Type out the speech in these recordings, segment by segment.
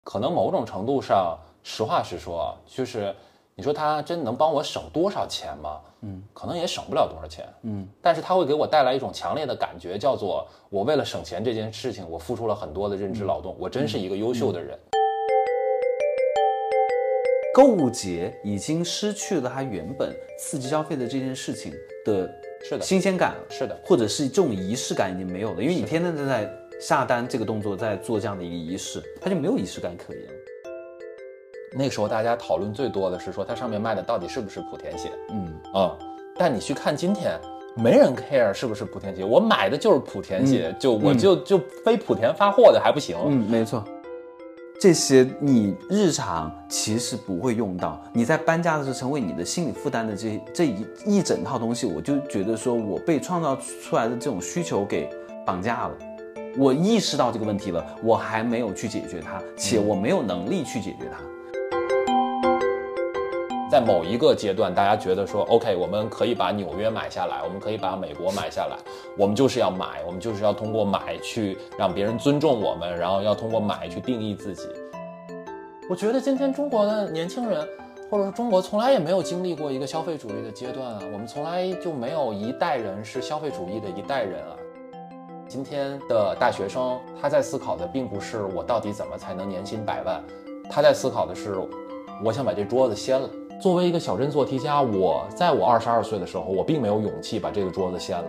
可能某种程度上，实话实说，就是你说它真能帮我省多少钱吗？可能也省不了多少钱。但是它会给我带来一种强烈的感觉，叫做我为了省钱这件事情，我付出了很多的认知劳动，我真是一个优秀的人。 购物节已经失去了它原本刺激消费的这件事情的新鲜感了， 是的， 或者是这种仪式感已经没有了，因为你天天都在下单这个动作，在做这样的一个仪式，它就没有仪式感可言了。 那个时候大家讨论最多的是说它上面卖的到底是不是莆田鞋，但你去看今天，没人 care 是不是莆田鞋，我买的就是莆田鞋，就非莆田发货的还不行。 没错。这些你日常其实不会用到，你在搬家的时候成为你的心理负担的这一整套东西，我就觉得说我被创造出来的这种需求给绑架了。我意识到这个问题了，我还没有去解决它，且我没有能力去解决它。 在某一个阶段，大家觉得说 OK， 我们可以把纽约买下来，我们可以把美国买下来，我们就是要买，我们就是要通过买去让别人尊重我们，然后要通过买去定义自己。我觉得今天中国的年轻人，或者说中国从来也没有经历过一个消费主义的阶段啊，我们从来就没有一代人是消费主义的一代人啊。今天的大学生，他在思考的并不是我到底怎么才能年薪100万，他在思考的是我想把这桌子掀了。作为一个小镇做题家，我在我22岁的时候，我并没有勇气把这个桌子掀了。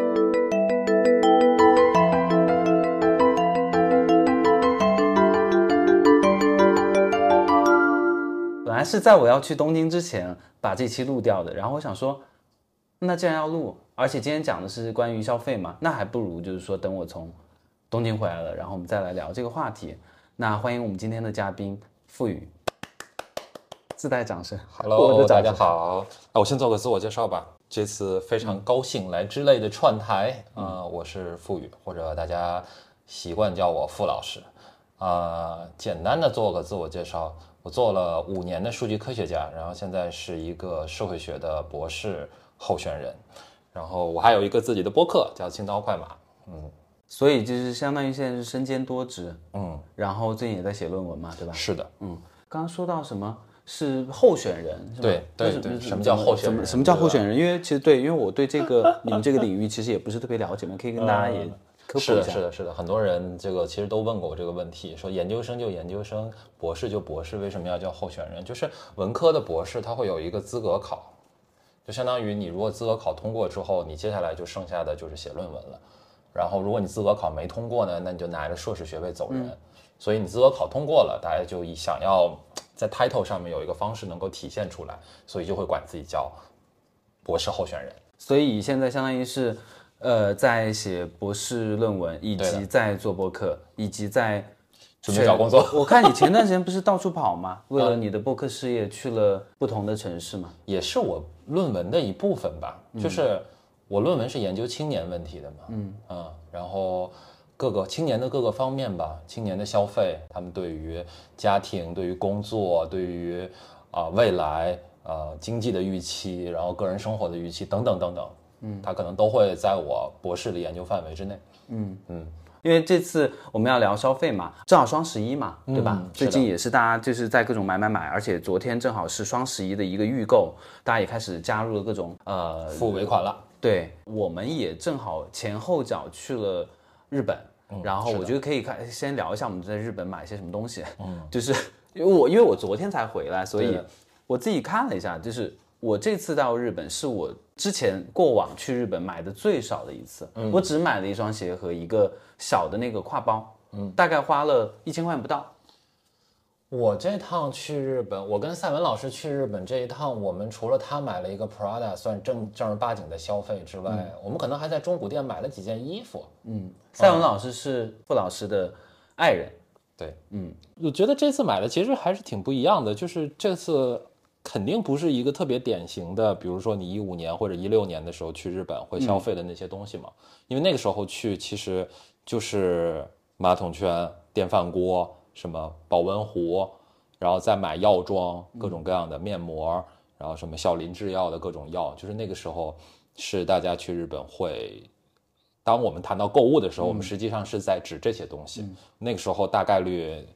本来是在我要去东京之前把这期录掉的，然后我想说，那既然要录，而且今天讲的是关于消费嘛，那还不如就是说等我从东京回来了，然后我们再来聊这个话题。那欢迎我们今天的嘉宾付宇。自带掌声。 Hello， 大家好。我先做个自我介绍吧。这次非常高兴来之类的串台我是付宇，或者大家习惯叫我付老师。简单的做个自我介绍，我做了5年的数据科学家，然后现在是一个社会学的博士候选人，然后我还有一个自己的播客叫青刀快马。 所以就是相当于现在是身兼多职。然后最近也在写论文嘛，对吧？ 是的。 刚刚说到什么？是候选人，是吧？ 对，什么叫候选人？ 什么叫候选人？因为其实因为我对这个你们这个领域其实也不是特别了解嘛，可以跟大家也科普一下。 是的，很多人这个其实都问过我这个问题，说研究生就研究生，博士就博士，为什么要叫候选人？就是文科的博士他会有一个资格考，就相当于你如果资格考通过之后，你接下来就剩下的就是写论文了。然后如果你资格考没通过呢，那你就拿着硕士学位走人。所以你资格考通过了，大家就想要在 title 上面有一个方式能够体现出来，所以就会管自己叫博士候选人。 所以现在相当于是在写博士论文，以及在做播客，以及在准备找工作。 我看你前段时间不是到处跑吗？为了你的播客事业去了不同的城市吗？ 也是我论文的一部分吧。就是我论文是研究青年问题的嘛。然后青年的各个方面吧，青年的消费，他们对于家庭、对于工作、对于未来经济的预期，然后个人生活的预期等等等等，他可能都会在我博士的研究范围之内。 因为这次我们要聊消费嘛，正好双11嘛，对吧？最近也是大家就是在各种买，而且昨天正好是双11的一个预购，大家也开始加入了各种付尾款了。 对，我们也正好前后脚去了日本。然后我觉得可以先聊一下我们在日本买些什么东西。就是因为我昨天才回来，所以我自己看了一下，就是我这次到日本是我之前过往去日本买的最少的一次。我只买了一双鞋和一个小的那个挎包，大概花了1000块不到。 我这趟去日本，我跟赛文老师去日本这一趟，我们除了他买了一个 Prada 算正儿八经的消费之外，我们可能还在中古店买了几件衣服。 赛文老师是付老师的爱人。 对，我觉得这次买的其实还是挺不一样的，就是这次肯定不是一个特别典型的，比如说你15年或者16年的时候去日本会消费的那些东西嘛。因为那个时候去其实就是马桶圈、电饭锅、什么保温壶，然后再买药妆，各种各样的面膜，然后什么效林制药的各种药，就是那个时候是大家去日本会，当我们谈到购物的时候，我们实际上是在指这些东西。那个时候大概率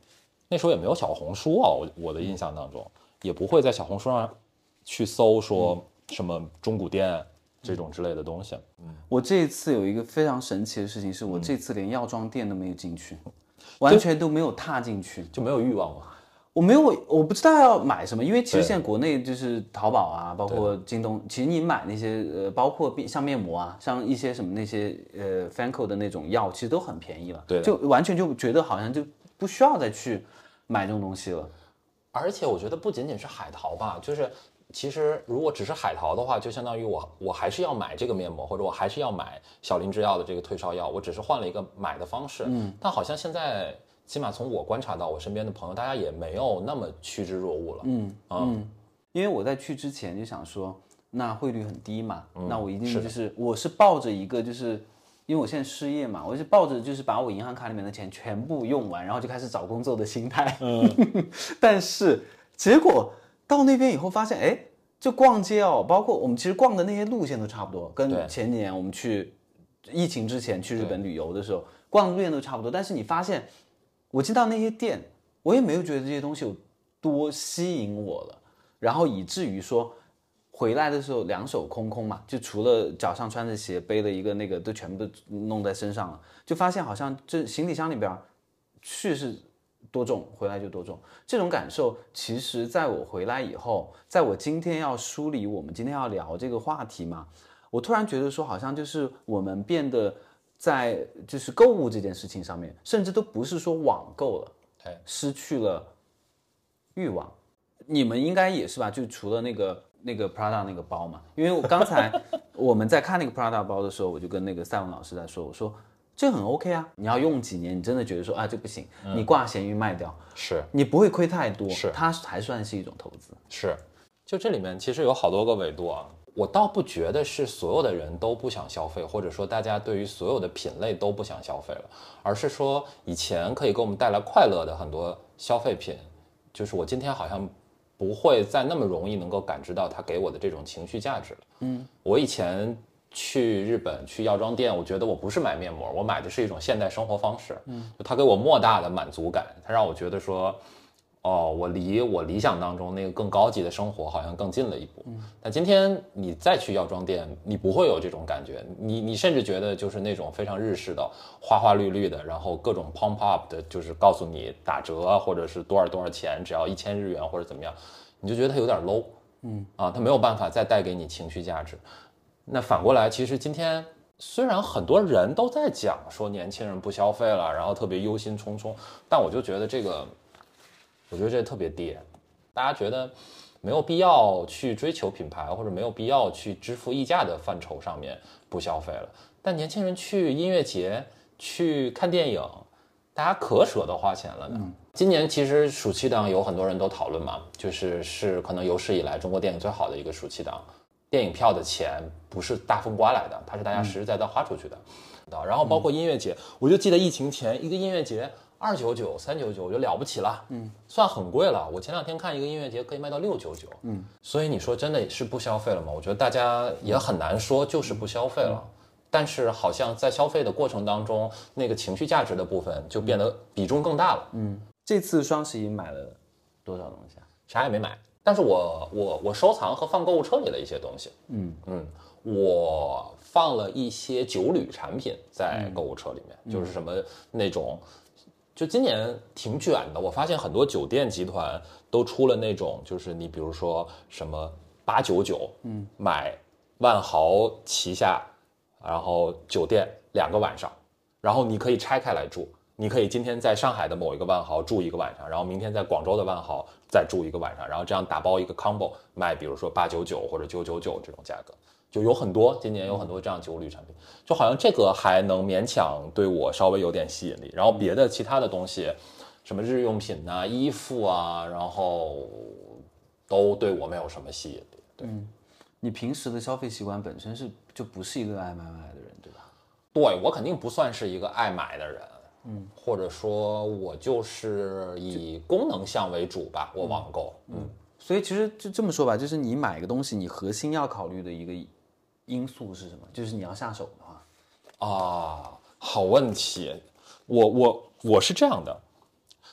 那时候也没有小红书啊，我的印象当中也不会在小红书上去搜说什么中古店这种之类的东西。 我这一次有一个非常神奇的事情，是我这次连药妆店都没有进去，完全都没有踏进去， 就没有欲望吗？ 我不知道要买什么，因为其实现在国内就是淘宝啊，包括京东，其实你买那些包括像面膜啊，像一些什么那些Fanco 的那种药，其实都很便宜了， 对， 就完全就觉得好像就不需要再去买这种东西了。 而且我觉得不仅仅是海淘吧，就是其实如果只是海淘的话，就相当于我还是要买这个面膜，或者我还是要买小林制药的这个退烧药，我只是换了一个买的方式。但好像现在起码从我观察到我身边的朋友，大家也没有那么趋之若鹜了。 因为我在去之前就想说，那汇率很低嘛，那我一定就是我是抱着一个就是因为我现在失业嘛，我是抱着就是把我银行卡里面的钱全部用完，然后就开始找工作的心态。但是结果到那边以后发现，哎，就逛街哦，包括我们其实逛的那些路线都差不多，跟前几年我们去疫情之前去日本旅游的时候逛的路线都差不多。但是你发现，我进到那些店，我也没有觉得这些东西有多吸引我了，然后以至于说。回来的时候两手空空嘛，就除了脚上穿着鞋，背了一个那个都全部都弄在身上了，就发现好像这行李箱里边去是多重，回来就多重。这种感受，其实在我回来以后，在我今天要梳理我们今天要聊这个话题嘛，我突然觉得说，好像就是我们变得在就是购物这件事情上面，甚至都不是说网购了，失去了欲望。你们应该也是吧？就除了那个 Prada 那个包嘛，因为我刚才我们在看那个 Prada 包的时候，我就跟那个赛文老师在说，我说这很 OK 啊，你要用几年，你真的觉得说啊这不行，你挂闲鱼卖掉， 是你不会亏太多， 是它还算是一种投资。 是，就这里面其实有好多个维度啊，我倒不觉得是所有的人都不想消费，或者说大家对于所有的品类都不想消费了，而是说以前可以给我们带来快乐的很多消费品，就是我今天好像不会再那么容易能够感知到它给我的这种情绪价值了。我以前去日本去药妆店，我觉得我不是买面膜，我买的是一种现代生活方式。就它给我莫大的满足感，它让我觉得说，哦，我离我理想当中那个更高级的生活好像更近了一步。但今天你再去药妆店，你不会有这种感觉，你甚至觉得就是那种非常日式的花花绿绿的，然后各种 pump up 的，就是告诉你打折或者是多少钱，只要1000日元或者怎么样，你就觉得它有点 low。它没有办法再带给你情绪价值。那反过来，其实今天虽然很多人都在讲说年轻人不消费了，然后特别忧心忡忡，但我就觉得我觉得这特别跌。大家觉得没有必要去追求品牌，或者没有必要去支付溢价的范畴上面不消费了。但年轻人去音乐节、去看电影，大家可舍得花钱了呢。今年其实暑期档有很多人都讨论嘛，是可能有史以来中国电影最好的一个暑期档。电影票的钱不是大风刮来的，它是大家实实在在花出去的。然后包括音乐节，我就记得疫情前一个音乐节299、399，我觉得了不起了，算很贵了。我前2天看一个音乐节可以卖到699，所以你说真的是不消费了吗？我觉得大家也很难说就是不消费了，但是好像在消费的过程当中，那个情绪价值的部分就变得比重更大了。 这次双十一买了多少东西啊？ 啥也没买。但是我收藏和放购物车里的一些东西，我放了一些酒旅产品在购物车里面，就是什么那种，就今年挺卷的，我发现很多酒店集团都出了那种，就是你比如说什么899，买万豪旗下，然后酒店2个晚上，然后你可以拆开来住。你可以今天在上海的某一个万豪住1个晚上，然后明天在广州的万豪再住1个晚上，然后这样打包一个 combo 卖，比如说899或者999这种价格，就有很多，今年有很多这样酒旅产品，就好像这个还能勉强对我稍微有点吸引力，然后别的其他的东西，什么日用品啊、衣服啊，然后都对我没有什么吸引力。对， 你平时的消费习惯本身就不是一个爱买的人，对吧？ 对，我肯定不算是一个爱买的人。或者说我就是以功能项为主吧，我网购。 所以其实就这么说吧，就是你买个东西，你核心要考虑的一个因素是什么？就是你要下手的话。 好问题。我是这样的，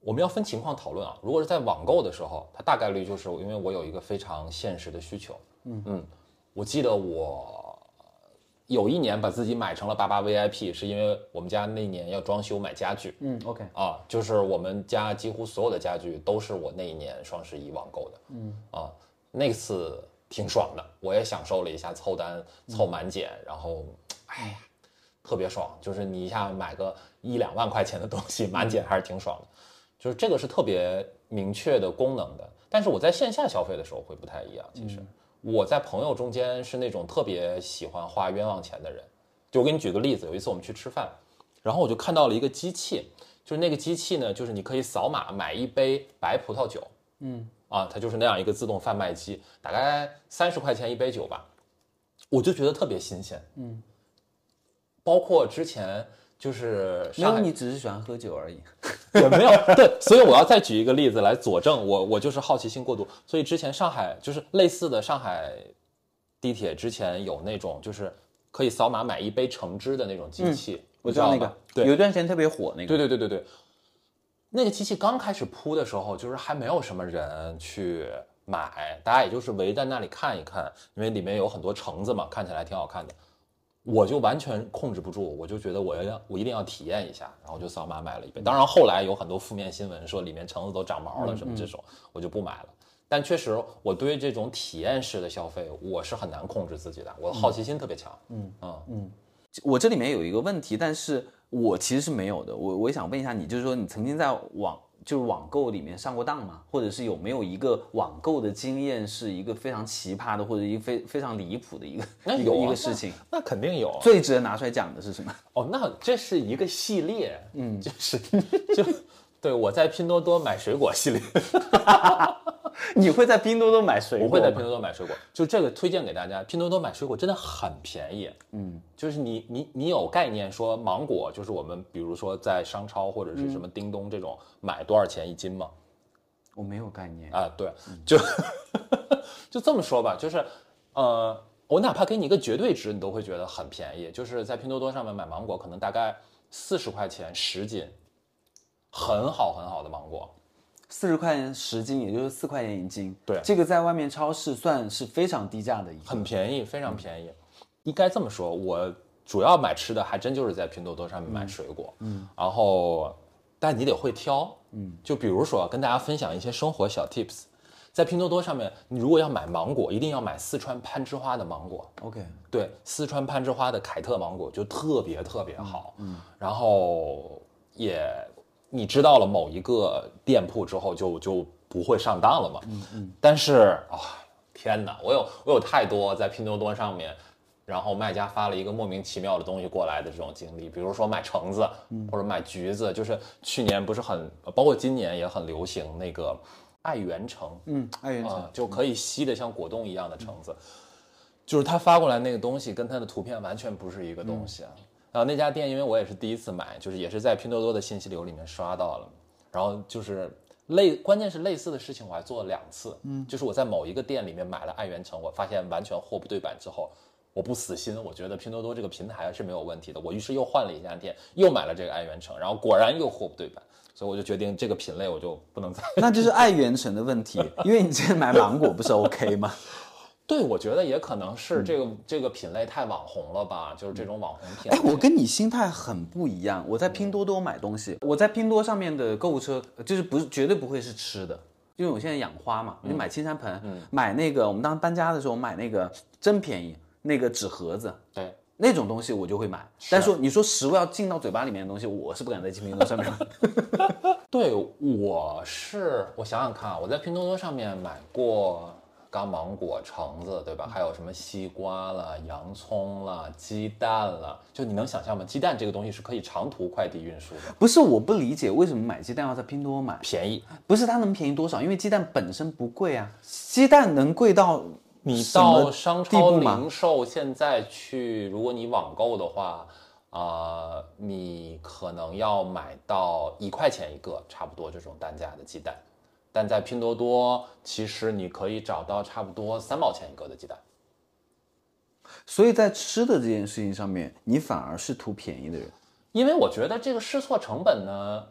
我们要分情况讨论啊。如果是在网购的时候，它大概率就是因为我有一个非常现实的需求。我记得我有一年把自己买成了88 VIP，是因为我们家那年要装修买家具。 OK 啊，就是我们家几乎所有的家具都是我那一年双11网购的。那次挺爽的，我也享受了一下凑单凑满减，然后哎呀特别爽，就是你一下买个1-2万块钱的东西满减还是挺爽的。就是这个是特别明确的功能的，但是我在线下消费的时候会不太一样。其实我在朋友中间是那种特别喜欢花冤枉钱的人。就我给你举个例子，有一次我们去吃饭，然后我就看到了一个机器，就是那个机器呢，就是你可以扫码买一杯白葡萄酒。它就是那样一个自动贩卖机，大概30块钱一杯酒吧，我就觉得特别新鲜。包括之前就是没有，你只是喜欢喝酒而已。 也没有对，所以我要再举一个例子来佐证我就是好奇心过度。所以之前上海就是类似的，上海地铁之前有那种就是可以扫码买一杯橙汁的那种机器。 我知道那个， 对， 有一段时间特别火那个。 对，那个机器刚开始铺的时候，就是还没有什么人去买，大家也就是围在那里看一看，因为里面有很多橙子嘛，看起来挺好看的。我就完全控制不住，我就觉得我一定要体验一下，然后就扫码买了一杯。当然后来有很多负面新闻说里面橙子都长毛了什么这种，我就不买了。但确实我对这种体验式的消费我是很难控制自己的，我的好奇心特别强。 我这里面有一个问题，但是我其实是没有的。我也想问一下你，就是说你曾经在网购里面上过当吗？或者是有没有一个网购的经验是一个非常奇葩的，或者一个非常离谱的一个事情？ 那肯定有。 最值得拿出来讲的是什么？ 那这是一个系列。对，我在拼多多买水果系列。 你会在拼多多买水果？ 我会在拼多多买水果，就这个推荐给大家。拼多多买水果真的很便宜。就是你有概念说芒果，就是我们比如说在商超或者是什么叮咚这种买多少钱一斤吗？ 我没有概念啊。对，就这么说吧，就是我哪怕给你一个绝对值，你都会觉得很便宜。就是在拼多多上面买芒果，可能大概40块钱10斤，很好的芒果。 40块钱10斤，也就是4块钱一斤。 对， 这个在外面超市算是非常低价的一个， 很便宜，非常便宜。应该这么说，我主要买吃的还真就是在拼多多上面买水果。然后但你得会挑。就比如说跟大家分享一些生活小 tips， 在拼多多上面，你如果要买芒果，一定要买四川攀枝花的芒果。 OK， 对，四川攀枝花的凯特芒果就特别好。然后你知道了某一个店铺之后就不会上当了嘛。但是天哪，我有太多在拼多多上面，然后卖家发了一个莫名其妙的东西过来的这种经历。比如说买橙子或者买橘子，就是去年不是包括今年也很流行那个爱媛橙。 爱媛橙就可以吸的像果冻一样的橙子。就是他发过来那个东西跟他的图片完全不是一个东西啊。然后那家店因为我也是第一次买，就是也是在拼多多的信息流里面刷到了，然后就是关键是类似的事情我还做了2次。就是我在某一个店里面买了爱媛橙，我发现完全货不对版之后，我不死心，我觉得拼多多这个平台是没有问题的，我于是又换了一家店，又买了这个爱媛橙，然后果然又货不对版，所以我就决定这个品类我就不能再。 那就是爱媛橙的问题，因为你之前买芒果不是 OK 吗？ 对，我觉得也可能是这个品类太网红了吧，就是这种网红品类。 我跟你心态很不一样。我在拼多多买东西，我在拼多多上面的购物车就是绝对不会是吃的，因为我现在养花嘛，我就买青山盆，买那个我们当时搬家的时候买那个真便宜，那个纸盒子， 对， 那种东西我就会买。但是你说食物要进到嘴巴里面的东西，我是不敢在拼多多上面买。 对，我想想看，我在拼多多上面买过刚芒果、橙子，对吧？还有什么西瓜了、洋葱了、鸡蛋了，就你能想象吗？鸡蛋这个东西是可以长途快递运输的。 不是，我不理解为什么买鸡蛋要在拼多多买， 便宜。 不是它能便宜多少？因为鸡蛋本身不贵啊，鸡蛋能贵到你到商超零售现在去，如果你网购的话，你可能要买到1块钱一个，差不多这种单价的鸡蛋。但在拼多多，其实你可以找到差不多3毛钱一个的鸡蛋。 所以在吃的这件事情上面，你反而是图便宜的人。 因为我觉得这个试错成本呢，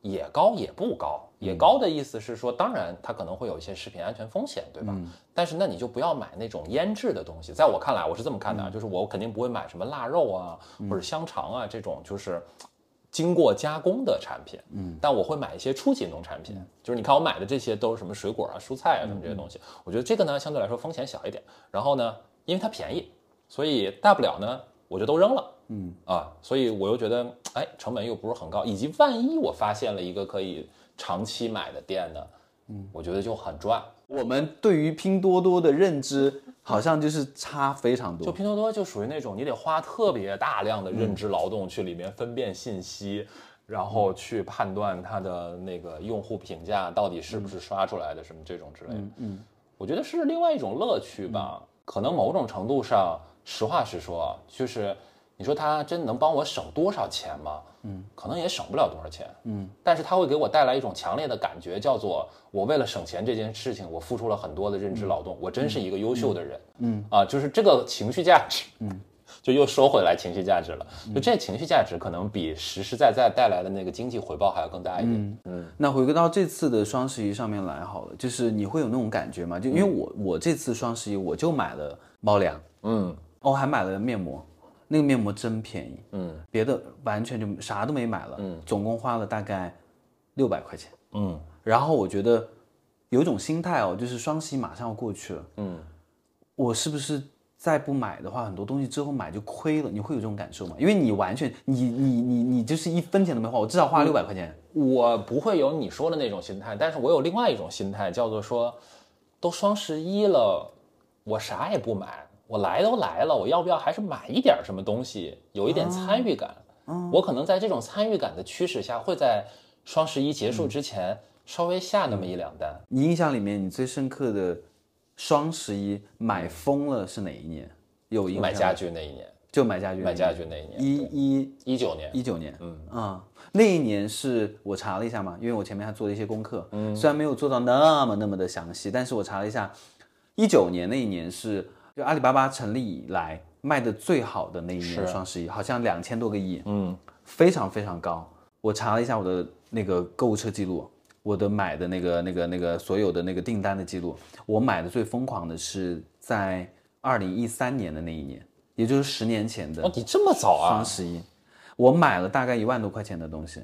也高也不高，也高的意思是说，当然它可能会有一些食品安全风险，对吧？但是那你就不要买那种腌制的东西。在我看来，我是这么看的，就是我肯定不会买什么腊肉啊，或者香肠啊这种就是经过加工的产品。但我会买一些初级农产品，就是你看我买的这些都是什么水果啊、蔬菜啊什么这些东西。我觉得这个呢相对来说风险小一点，然后呢，因为它便宜，所以大不了呢我就都扔了。所以我又觉得，哎，成本又不是很高，以及万一我发现了一个可以长期买的店呢，我觉得就很赚。 我们对于拼多多的认知好像就是差非常多， 就拼多多就属于那种你得花特别大量的认知劳动去里面分辨信息，然后去判断它的那个用户评价到底是不是刷出来的什么这种之类的。我觉得是另外一种乐趣吧。可能某种程度上，实话实说，就是你说它真能帮我省多少钱吗？可能也省不了多少钱。但是它会给我带来一种强烈的感觉，叫做我为了省钱这件事情，我付出了很多的认知劳动，我真是一个优秀的人。就是这个情绪价值，就又收回来情绪价值了。就这情绪价值可能比实实在在带来的那个经济回报还要更大一点。 那回归到这次的双十一上面来好了，就是你会有那种感觉吗？就因为我这次双十一我就买了猫粮，还买了面膜。那个面膜真便宜，别的完全就啥都没买了，总共花了大概600块钱，然后我觉得有一种心态就是双十一马上要过去了，我是不是再不买的话，很多东西之后买就亏了？你会有这种感受吗？因为你完全你就是1分钱都没花，我至少花了600块钱。 我不会有你说的那种心态，但是我有另外一种心态，叫做说，都双十一了，我啥也不买。我来都来了，我要不要还是买一点什么东西，有一点参与感？我可能在这种参与感的驱使下，会在双十一结束之前稍微下那么1-2单。 你印象里面你最深刻的双十一买疯了是哪一年？有印象？ 买家具那一年， 就买家具那一年 ，19年。那一年是我查了一下嘛，因为我前面还做了一些功课，虽然没有做到那么的详细，但是我查了一下，19年那一年是就阿里巴巴成立以来卖的最好的那一年双十一，好像2000多个亿，非常非常高。我查了一下我的那个购物车记录，我的买的那个所有的那个订单的记录，我买的最疯狂的是在2013年的那一年，也就是10年前的。 你这么早啊？ 双十一，我买了大概1万多块钱的东西。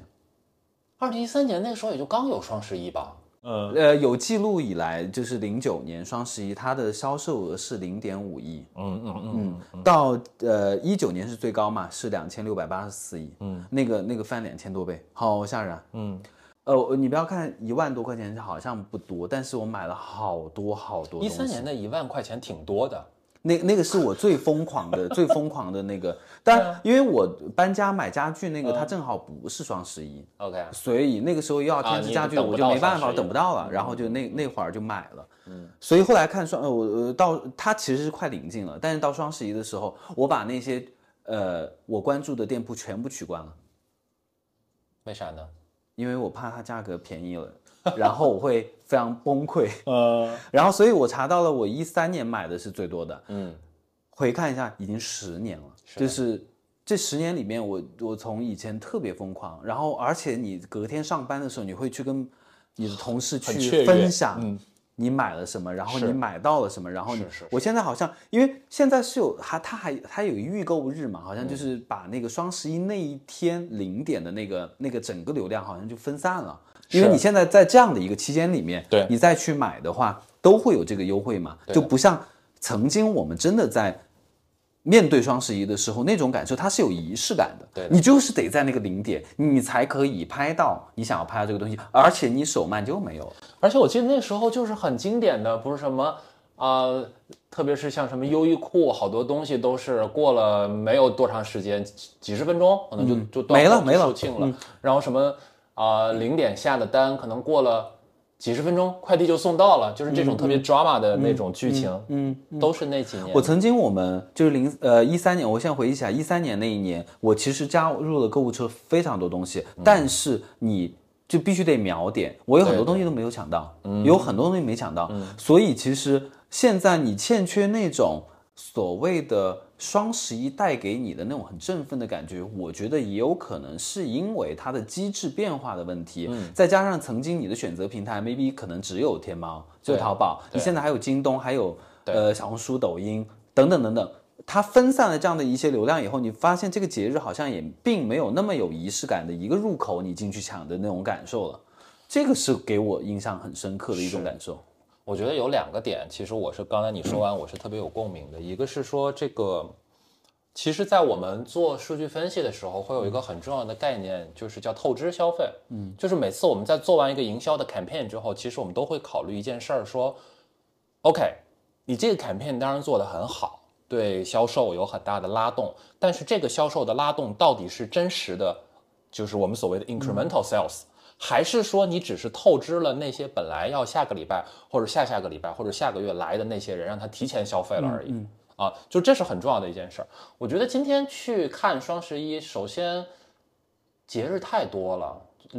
2013年那个时候也就刚有双十一吧？ 有记录以来，就是09年双十一，它的销售额是0.5亿。到19年是最高嘛，是2684亿。那个翻2000多倍，好吓人。你不要看1万多块钱好像不多，但是我买了好多东西。 13年的1万块钱挺多的。 那个是我最疯狂的那个，但因为我搬家买家具那个，它正好不是双十一 ，OK， 所以那个时候又要添置家具，我就没办法，等不到了，然后就那会儿就买了，所以后来看到它其实是快临近了，但是到双十一的时候，我把那些我关注的店铺全部取关了。 为啥呢？ 因为我怕它价格便宜了。然后我会非常崩溃，然后所以我查到了我13年买的是最多的，回看一下已经10年了，就是这10年里面我从以前特别疯狂，然后而且你隔天上班的时候，你会去跟你的同事去分享你买了什么，然后你买到了什么，然后我现在好像因为现在是有它有预购日嘛，好像就是把那个双十一那一天0点的那个整个流量好像就分散了。因为你现在在这样的一个期间里面， 对你再去买的话，都会有这个优惠嘛，就不像曾经我们真的在面对双十一的时候那种感受，它是有仪式感的。 对， 你就是得在那个0点，你才可以拍到你想要拍到这个东西，而且你手慢就没有。 而且我记得那时候就是很经典的，不是什么特别是像什么优衣库，好多东西都是过了没有多长时间，几十分钟可能就没了售罄了，然后什么。0点下的单，可能过了几十分钟，快递就送到了，就是这种特别 drama 的那种剧情，都是那几年。 我们就是13年，我现在回忆起来，13年那一年，我其实加入了购物车非常多东西，但是你就必须得秒点，我有很多东西都没有抢到，有很多东西没抢到，所以其实现在你欠缺那种所谓的双11带给你的那种很振奋的感觉，我觉得也有可能是因为它的机制变化的问题，再加上曾经你的选择平台 maybe 可能只有天猫，只有淘宝，你现在还有京东，还有小红书、抖音等等等等。它分散了这样的一些流量以后，你发现这个节日好像也并没有那么有仪式感的一个入口，你进去抢的那种感受了，这个是给我印象很深刻的一种感受。 我觉得有2个点，其实我是刚才你说完，我是特别有共鸣的。一个是说这个，其实，在我们做数据分析的时候，会有一个很重要的概念，就是叫透支消费。就是每次我们在做完一个营销的 campaign 之后，其实我们都会考虑一件事儿，说 ，OK， 你这个 campaign 当然做得很好。对销售有很大的拉动，但是这个销售的拉动到底是真实的，就是我们所谓的 incremental sales，还是说你只是透支了那些本来要下个礼拜或者下下个礼拜或者下个月来的那些人，让他提前消费了而已。就这是很重要的一件事。我觉得今天去看双11，首先节日太多了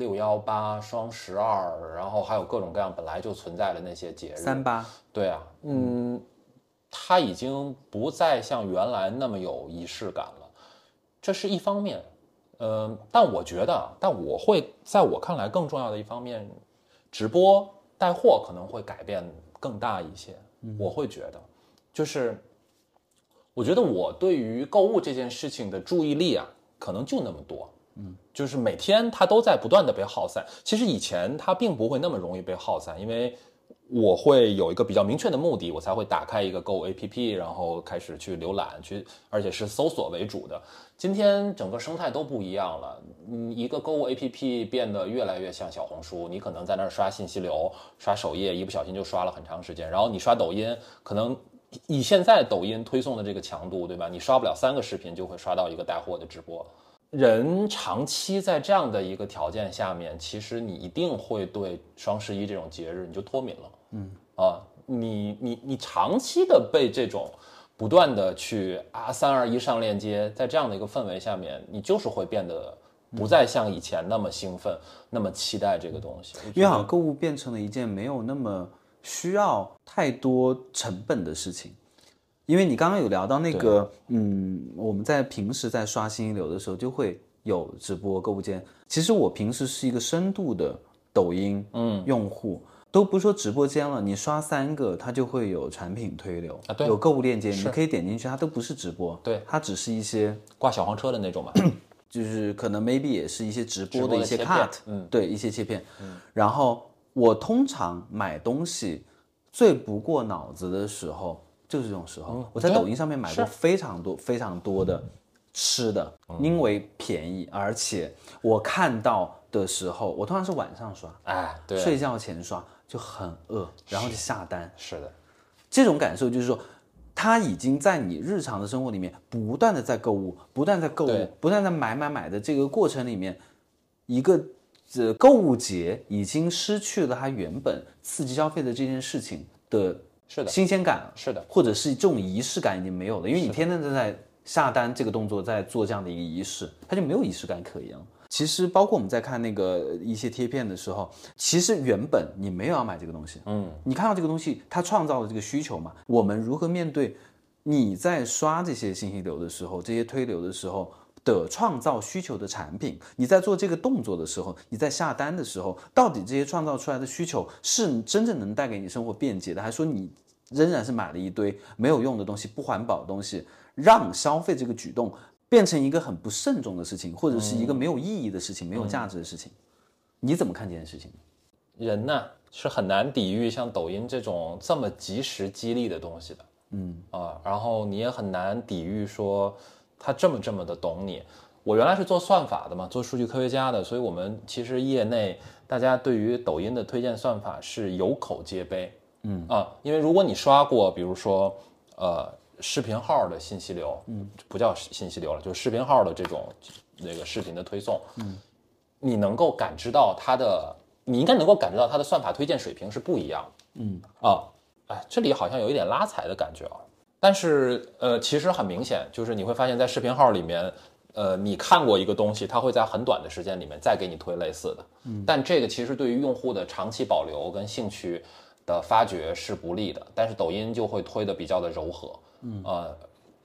，618、双12，然后还有各种各样本来就存在的那些节日 ，38， 对啊，它已经不再像原来那么有仪式感了，这是一方面。但我觉得，我会在我看来更重要的一方面，直播带货可能会改变更大一些。我会觉得，就是我觉得我对于购物这件事情的注意力啊，可能就那么多。就是每天它都在不断的被耗散。其实以前它并不会那么容易被耗散，因为我会有一个比较明确的目的，我才会打开一个购物 APP， 然后开始去浏览，而且是搜索为主的。今天整个生态都不一样了，一个购物 APP 变得越来越像小红书，你可能在那儿刷信息流、刷首页，一不小心就刷了很长时间。然后你刷抖音，可能以现在抖音推送的这个强度，对吧？你刷不了3个视频就会刷到一个带货的直播。人长期在这样的一个条件下面，其实你一定会对双11这种节日你就脱敏了。你长期的被这种不断的去321上链接，在这样的一个氛围下面，你就是会变得不再像以前那么兴奋，那么期待这个东西。 因为好像购物变成了一件没有那么需要太多成本的事情。因为你刚刚有聊到那个，我们在平时在刷信息流的时候就会有直播购物间。其实我平时是一个深度的抖音用户，都不是说直播间了，你刷3个它就会有产品推流，有购物链接，你可以点进去，它都不是直播， 对， 它只是一些挂小黄车的那种嘛， 就是可能 maybe 也是一些直播的一些 cut，对，一些切片。然后我通常买东西最不过脑子的时候。就是这种时候，我在抖音上面买过非常多的吃的，因为便宜，而且我看到的时候，我通常是晚上刷， 对， 睡觉前刷就很饿，然后就下单。 是的， 这种感受就是说，它已经在你日常的生活里面不断的在购物，不断在购物，不断在买的这个过程里面，一个购物节已经失去了它原本刺激消费的这件事情的。 是的， 新鲜感是的， 或者是这种仪式感已经没有了，因为你天天都在下单这个动作，在做这样的一个仪式，它就没有仪式感可言了。其实包括我们在看那个一些贴片的时候，其实原本你没有要买这个东西，你看到这个东西，它创造了这个需求嘛。我们如何面对你在刷这些信息流的时候，这些推流的时候的创造需求的产品，你在做这个动作的时候，你在下单的时候，到底这些创造出来的需求是真正能带给你生活便捷的，还是说你仍然是买了一堆没有用的东西、不环保的东西，让消费这个举动变成一个很不慎重的事情，或者是一个没有意义的事情、没有价值的事情？你怎么看这件事情？ 人呢是很难抵御像抖音这种这么及时激励的东西的，然后你也很难抵御说他这么的懂你。我原来是做算法的嘛，做数据科学家的，所以我们其实业内大家对于抖音的推荐算法是有口皆碑。因为如果你刷过，比如说视频号的信息流，不叫信息流了，就是视频号的这种那个视频的推送，你能够感知到你应该能够感知到它的算法推荐水平是不一样的。这里好像有一点拉踩的感觉啊。但是其实很明显，就是你会发现在视频号里面，你看过一个东西，它会在很短的时间里面再给你推类似的。但这个其实对于用户的长期保留跟兴趣的发掘是不利的。但是抖音就会推的比较的柔和。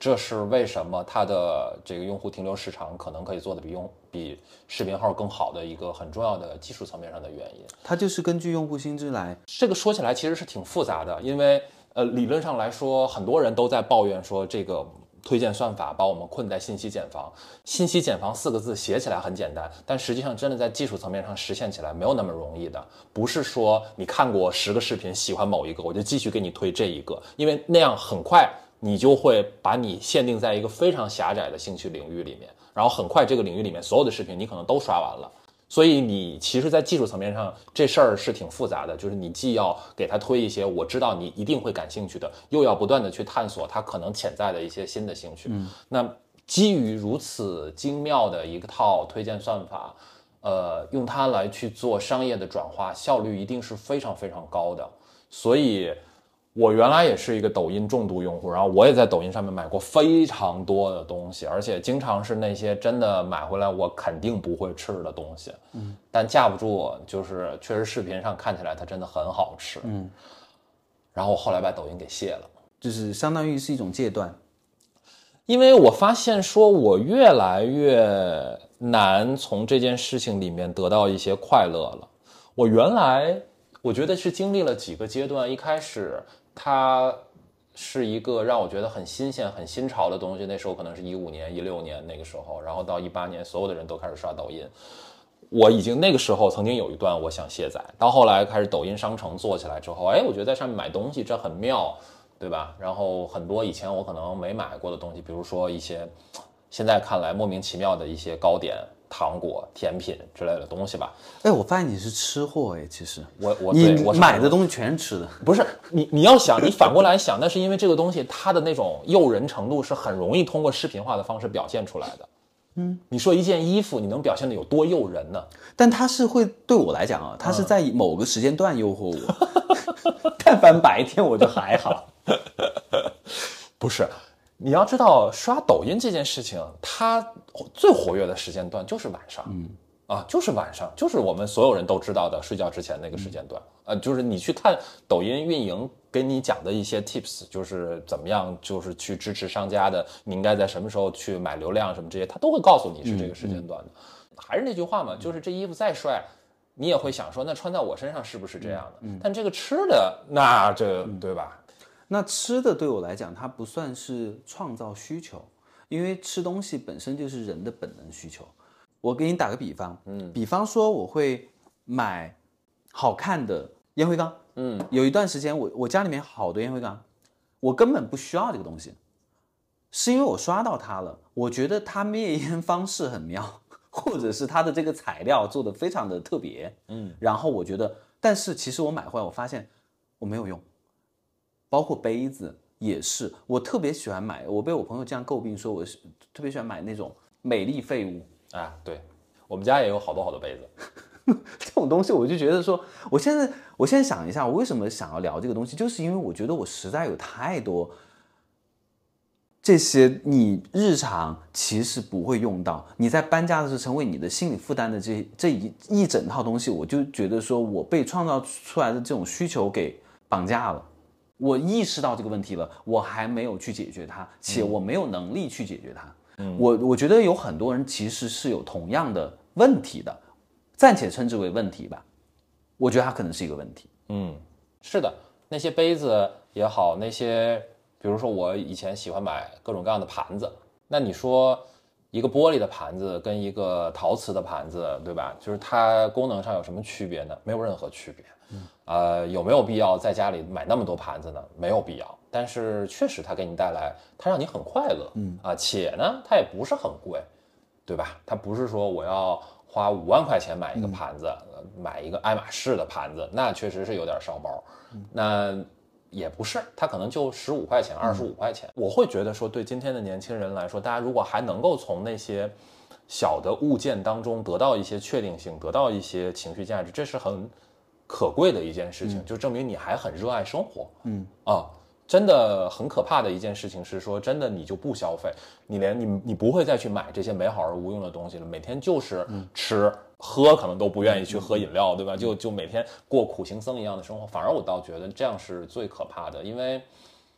这是为什么它的这个用户停留时长可能可以做的比视频号更好的一个很重要的技术层面上的原因。 它就是根据用户心智来。 这个说起来其实是挺复杂的，因为理论上来说，很多人都在抱怨说这个推荐算法把我们困在信息茧房。信息茧房4个字写起来很简单，但实际上真的在技术层面上实现起来没有那么容易的。不是说你看过10个视频喜欢某一个，我就继续给你推这一个，因为那样很快你就会把你限定在一个非常狭窄的兴趣领域里面，然后很快这个领域里面所有的视频你可能都刷完了。所以你其实在技术层面上这事儿是挺复杂的，就是你既要给他推一些我知道你一定会感兴趣的，又要不断的去探索他可能潜在的一些新的兴趣。那基于如此精妙的一套推荐算法，用它来去做商业的转化，效率一定是非常非常高的。所以我原来也是一个抖音重度用户，然后我也在抖音上面买过非常多的东西，而且经常是那些真的买回来我肯定不会吃的东西，但架不住就是确实视频上看起来它真的很好吃，然后我后来把抖音给卸了， 就是相当于是一种戒断。 因为我发现说我越来越难从这件事情里面得到一些快乐了。我原来我觉得是经历了几个阶段，一开始它是一个让我觉得很新鲜很新潮的东西，那时候可能是15年16年那个时候，然后到18年所有的人都开始刷抖音，我已经那个时候曾经有一段我想卸载，到后来开始抖音商城做起来之后，我觉得在上面买东西这很妙，对吧？然后很多以前我可能没买过的东西，比如说一些现在看来莫名其妙的一些糕点糖果甜品之类的东西吧。 我发现你是吃货其实你买的东西全是吃的。 不是你要想，你反过来想，那是因为这个东西它的那种诱人程度是很容易通过视频化的方式表现出来的。你说一件衣服你能表现的有多诱人呢？ 但它是会对我来讲它是在某个时间段诱惑我，但凡白天我就还好。 不是，你要知道刷抖音这件事情，它最活跃的时间段就是晚上，就是晚上，就是我们所有人都知道的睡觉之前那个时间段。就是你去看抖音运营给你讲的一些 tips， 就是怎么样，就是去支持商家的，你应该在什么时候去买流量什么这些，他都会告诉你是这个时间段的。还是那句话嘛，就是这衣服再帅，你也会想说，那穿在我身上是不是这样的？但这个吃的，那这对吧？ 那吃的对我来讲，它不算是创造需求，因为吃东西本身就是人的本能需求。我给你打个比方，比方说我会买好看的烟灰缸，有一段时间我家里面好多烟灰缸，我根本不需要这个东西，是因为我刷到它了，我觉得它灭烟方式很妙，或者是它的这个材料做的非常的特别，然后我觉得，但是其实我买回来我发现我没有用。包括杯子也是，我特别喜欢买，我被我朋友这样诟病说我是特别喜欢买那种美丽废物啊，对，我们家也有好多好多杯子， 这种东西我就觉得说，我现在想一下，我为什么想要聊这个东西，就是因为我觉得我实在有太多这些你日常其实不会用到，你在搬家的时候成为你的心理负担的这一整套东西，我就觉得说我被创造出来的这种需求给绑架了。我意识到这个问题了，我还没有去解决它，且我没有能力去解决它。我觉得有很多人其实是有同样的问题的，暂且称之为问题吧。我觉得它可能是一个问题。 是的，那些杯子也好，那些比如说我以前喜欢买各种各样的盘子，那你说一个玻璃的盘子跟一个陶瓷的盘子，对吧？就是它功能上有什么区别呢？没有任何区别。有没有必要在家里买那么多盘子呢？没有必要，但是确实它给你带来，它让你很快乐，且呢，它也不是很贵，对吧？它不是说我要花5万块钱买一个盘子，买一个爱马仕的盘子，那确实是有点烧包。那也不是，它可能就15块钱、25块钱。我会觉得说，对今天的年轻人来说，大家如果还能够从那些小的物件当中得到一些确定性，得到一些情绪价值，这是很可贵的一件事情，就证明你还很热爱生活。真的很可怕的一件事情是说，真的你就不消费，你不会再去买这些美好而无用的东西了，每天就是吃喝，可能都不愿意去喝饮料，对吧？就每天过苦行僧一样的生活，反而我倒觉得这样是最可怕的，因为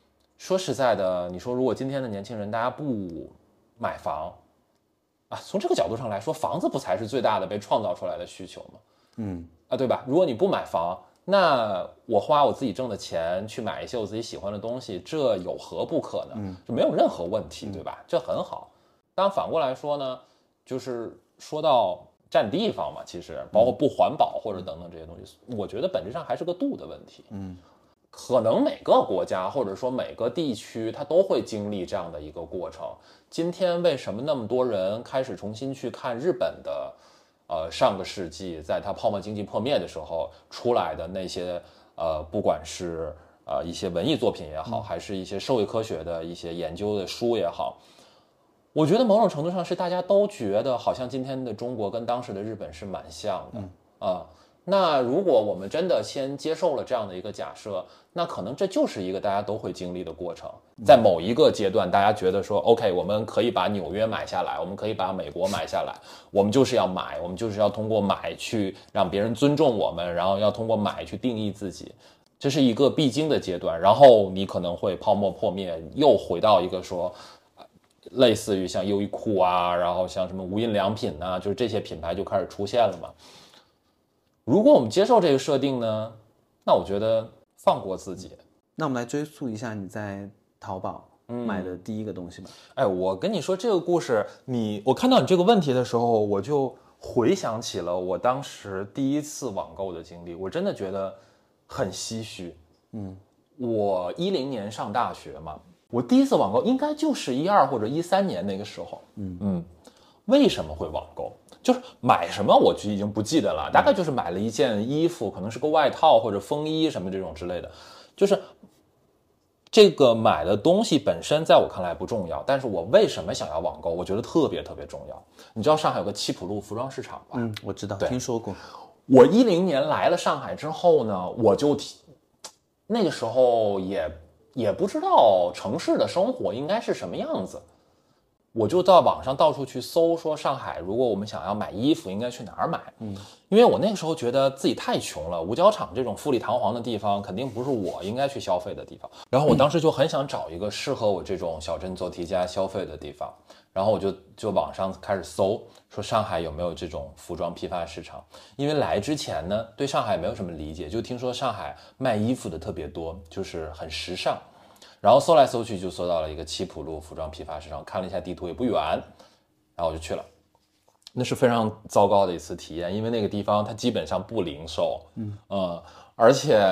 说实在的，你说如果今天的年轻人大家不买房啊，从这个角度上来说，房子不才是最大的被创造出来的需求吗？对吧？如果你不买房，那我花我自己挣的钱去买一些我自己喜欢的东西，这有何不可呢？就没有任何问题，对吧？这很好。当然反过来说呢，就是说到占地方嘛，其实包括不环保或者等等这些东西，我觉得本质上还是个度的问题。可能每个国家或者说每个地区它都会经历这样的一个过程。今天为什么那么多人开始重新去看日本的上个世纪在它泡沫经济破灭的时候出来的那些不管是一些文艺作品也好，还是一些社会科学的一些研究的书也好，我觉得某种程度上是大家都觉得好像今天的中国跟当时的日本是蛮像的那如果我们真的先接受了这样的一个假设，那可能这就是一个大家都会经历的过程。在某一个阶段，大家觉得说 OK， 我们可以把纽约买下来，我们可以把美国买下来，我们就是要买，我们就是要通过买去让别人尊重我们，然后要通过买去定义自己，这是一个必经的阶段。然后你可能会泡沫破灭，又回到一个说类似于像优衣库啊，然后像什么无印良品啊，就是这些品牌就开始出现了嘛。如果我们接受这个设定呢，那我觉得放过自己。 那我们来追溯一下你在淘宝买的第一个东西吧。 我跟你说这个故事，我看到你这个问题的时候，我就回想起了我当时第一次网购的经历，我真的觉得很唏嘘。我10年上大学嘛，我第一次网购应该就是12或者13年那个时候。为什么会网购？就是买什么我就已经不记得了，大概就是买了一件衣服，可能是个外套或者风衣什么这种之类的。就是这个买的东西本身在我看来不重要，但是我为什么想要网购，我觉得特别特别重要。你知道上海有个七浦路服装市场吧？ 我知道，听说过。 我10年来了上海之后呢，我就那个时候也不知道城市的生活应该是什么样子，我就到网上到处去搜，说上海如果我们想要买衣服应该去哪儿买。因为我那个时候觉得自己太穷了，五角场这种富丽堂皇的地方肯定不是我应该去消费的地方。然后我当时就很想找一个适合我这种小镇做题家消费的地方，然后我就网上开始搜，说上海有没有这种服装批发市场。因为来之前呢，对上海没有什么理解，就听说上海卖衣服的特别多，就是很时尚。然后搜来搜去就搜到了一个七浦路服装批发市场，看了一下地图也不远，然后我就去了。那是非常糟糕的一次体验，因为那个地方它基本上不零售，而且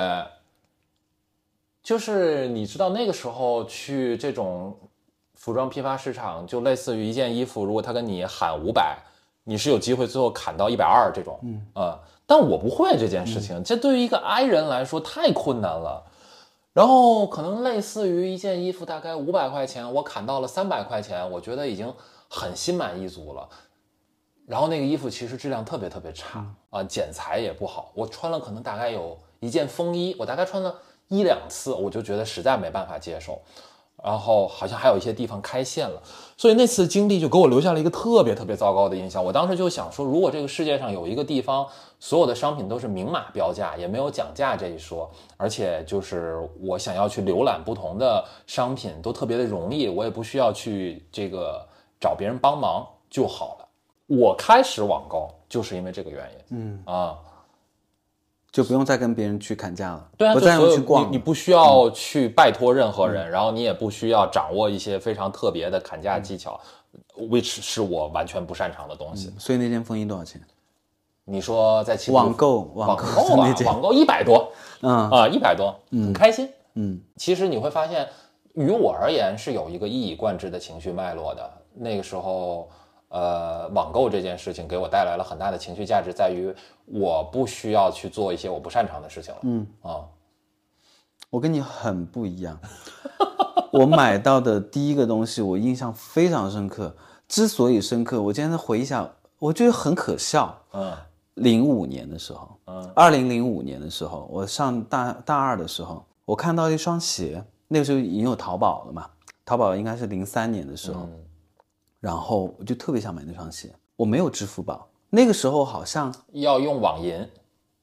就是你知道那个时候去这种服装批发市场，就类似于一件衣服，如果他跟你喊500，你是有机会最后砍到120这种，但我不会这件事情，这对于一个 I 人来说太困难了。然后可能类似于一件衣服大概500块钱，我砍到了300块钱，我觉得已经很心满意足了。然后那个衣服其实质量特别特别差剪裁也不好，我穿了可能大概有一件风衣，我大概穿了1-2次，我就觉得实在没办法接受。然后好像还有一些地方开线了，所以那次经历就给我留下了一个特别特别糟糕的印象。我当时就想说，如果这个世界上有一个地方，所有的商品都是明码标价，也没有讲价这一说，而且就是我想要去浏览不同的商品都特别的容易，我也不需要去这个找别人帮忙就好了。我开始网购就是因为这个原因， 就不用再跟别人去砍价了。 对啊， 不再用去逛， 你不需要去拜托任何人，然后你也不需要掌握一些非常特别的砍价技巧，which 是我完全不擅长的东西。 所以那件风衣多少钱？ 你说在网购网购100多，100多，很开心。其实你会发现，于我而言是有一个一以贯之的情绪脉络的。那个时候。网购这件事情给我带来了很大的情绪价值，在于我不需要去做一些我不擅长的事情了。 我跟你很不一样。我买到的第一个东西，我印象非常深刻。之所以深刻，我今天回忆一下，我觉得很可笑。05年的时候，2005年的时候，我上大二的时候，我看到一双鞋，那个时候已经有淘宝了嘛，淘宝应该是03年的时候。然后我就特别想买那双鞋，我没有支付宝，那个时候好像要用网银。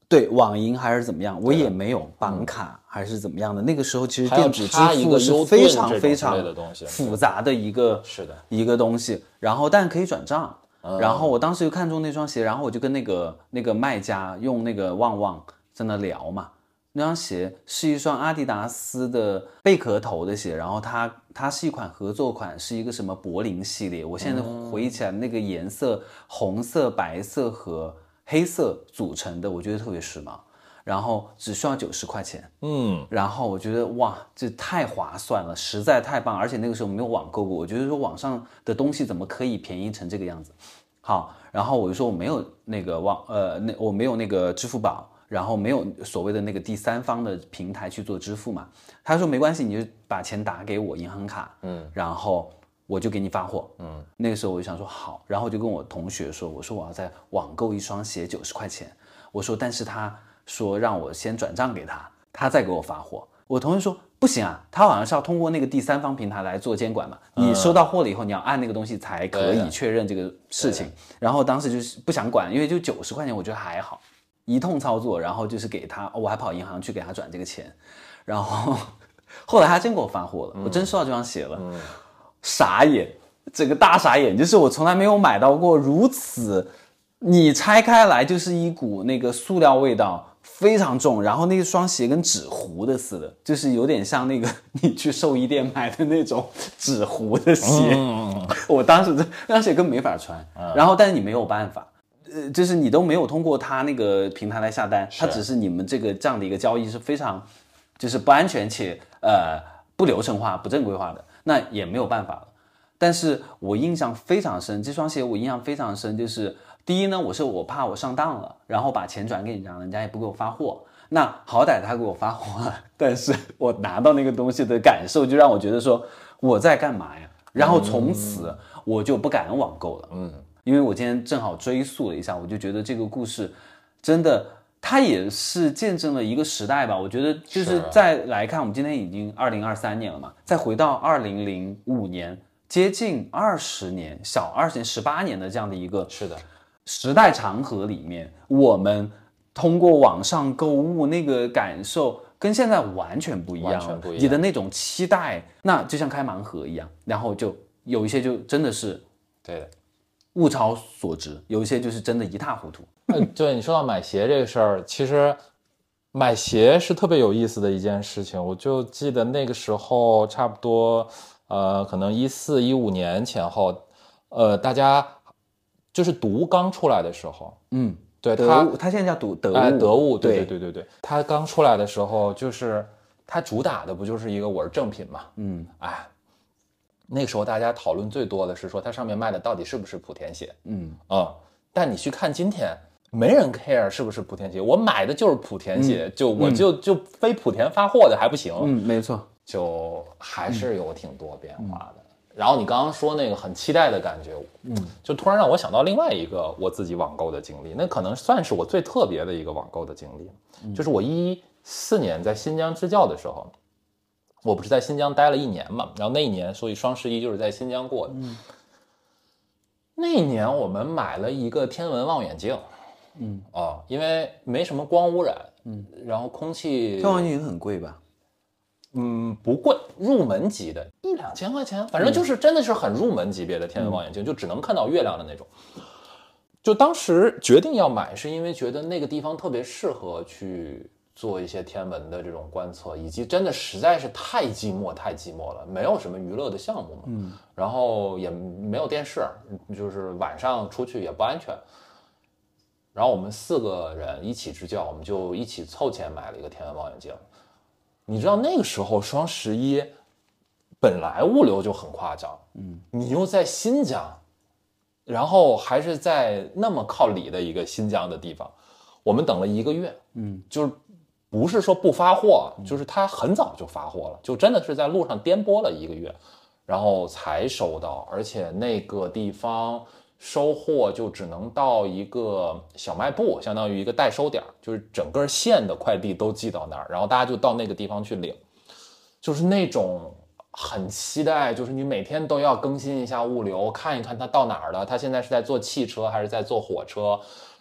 对，网银还是怎么样，我也没有绑卡还是怎么样的。那个时候其实电子支付是非常非常复杂的一个东西，然后但可以转账。然后我当时就看中那双鞋，然后我就跟那个卖家用那个旺旺在那聊嘛。那双鞋是一双阿迪达斯的贝壳头的鞋，然后它是一款合作款，是一个什么柏林系列。我现在回忆起来，那个颜色红色、白色和黑色组成的，我觉得特别时髦。然后只需要90块钱，然后我觉得哇，这太划算了，实在太棒，而且那个时候没有网购过，我觉得说网上的东西怎么可以便宜成这个样子？好，然后我就说我没有那个我没有那个支付宝。然后没有所谓的那个第三方的平台去做支付嘛，他说没关系，你就把钱打给我银行卡，然后我就给你发货，那个时候我就想说好，然后我就跟我同学说，我说我要在网购一双鞋90块钱，我说但是他说让我先转账给他，他再给我发货，我同学说不行啊，他好像是要通过那个第三方平台来做监管嘛，你收到货了以后你要按那个东西才可以确认这个事情，然后当时就是不想管，因为就90块钱我觉得还好。一通操作，然后就是给他，我还跑银行去给他转这个钱，然后后来他真给我发货了，我真收到这双鞋了，傻眼，整个大傻眼，就是我从来没有买到过如此，你拆开来就是一股那个塑料味道非常重，然后那双鞋跟纸糊的似的，就是有点像那个你去寿衣店买的那种纸糊的鞋，我当时那双鞋根本没法穿，然后但是你没有办法。就是你都没有通过他那个平台来下单，它只是你们这样的一个交易是非常就是不安全且不流程化、不正规化的，那也没有办法了。但是我印象非常深，这双鞋我印象非常深，就是第一呢，我怕我上当了，然后把钱转给人家，人家也不给我发货。那好歹他给我发货了，但是我拿到那个东西的感受就让我觉得说我在干嘛呀？然后从此我就不敢网购了。因为我今天正好追溯了一下，我就觉得这个故事真的，它也是见证了一个时代吧。我觉得就是再来看，我们今天已经2023年了嘛，再回到2005年，接近20年、小20年、18年的这样的一个时代长河里面，我们通过网上购物那个感受跟现在完全不一样，你的那种期待，那就像开盲盒一样，然后就有一些就真的是对的。 物超所值，有一些就是真的一塌糊涂。 对，你说到买鞋这个事儿，其实买鞋是特别有意思的一件事情。我就记得那个时候差不多可能14、15年前后，大家就是读刚出来的时候，对， 他现在叫得物， 对，他刚出来的时候，就是他主打的不就是一个我是正品嘛，那个时候大家讨论最多的是说它上面卖的到底是不是莆田鞋，但你去看今天，没人 care 是不是莆田鞋，我买的就是莆田鞋，就非莆田发货的还不行， 没错， 就还是有挺多变化的。然后你刚刚说那个很期待的感觉，就突然让我想到另外一个我自己网购的经历，那可能算是我最特别的一个网购的经历，就是我14年在新疆支教的时候。我不是在新疆待了1年嘛，然后那一年，所以双11就是在新疆过的。那一年我们买了一个天文望远镜，因为没什么光污染，然后空气。 天文望远镜很贵吧？ 不贵，入门级的1-2千块钱，反正就是真的是很入门级别的天文望远镜，就只能看到月亮的那种。就当时决定要买，是因为觉得那个地方特别适合去做一些天文的这种观测，以及真的实在是太寂寞了，没有什么娱乐的项目嘛，然后也没有电视，就是晚上出去也不安全。然后我们4个人一起支教，我们就一起凑钱买了一个天文望远镜。你知道那个时候双11本来物流就很夸张，你又在新疆，然后还是在那么靠里的一个新疆的地方，我们等了1个月，就是不是说不发货，就是他很早就发货了，就真的是在路上颠簸了1个月，然后才收到，而且那个地方收货就只能到一个小卖部，相当于一个代收点，就是整个县的快递都寄到那儿，然后大家就到那个地方去领，就是那种很期待，就是你每天都要更新一下物流，看一看它到哪儿了，它现在是在做汽车还是在做火车，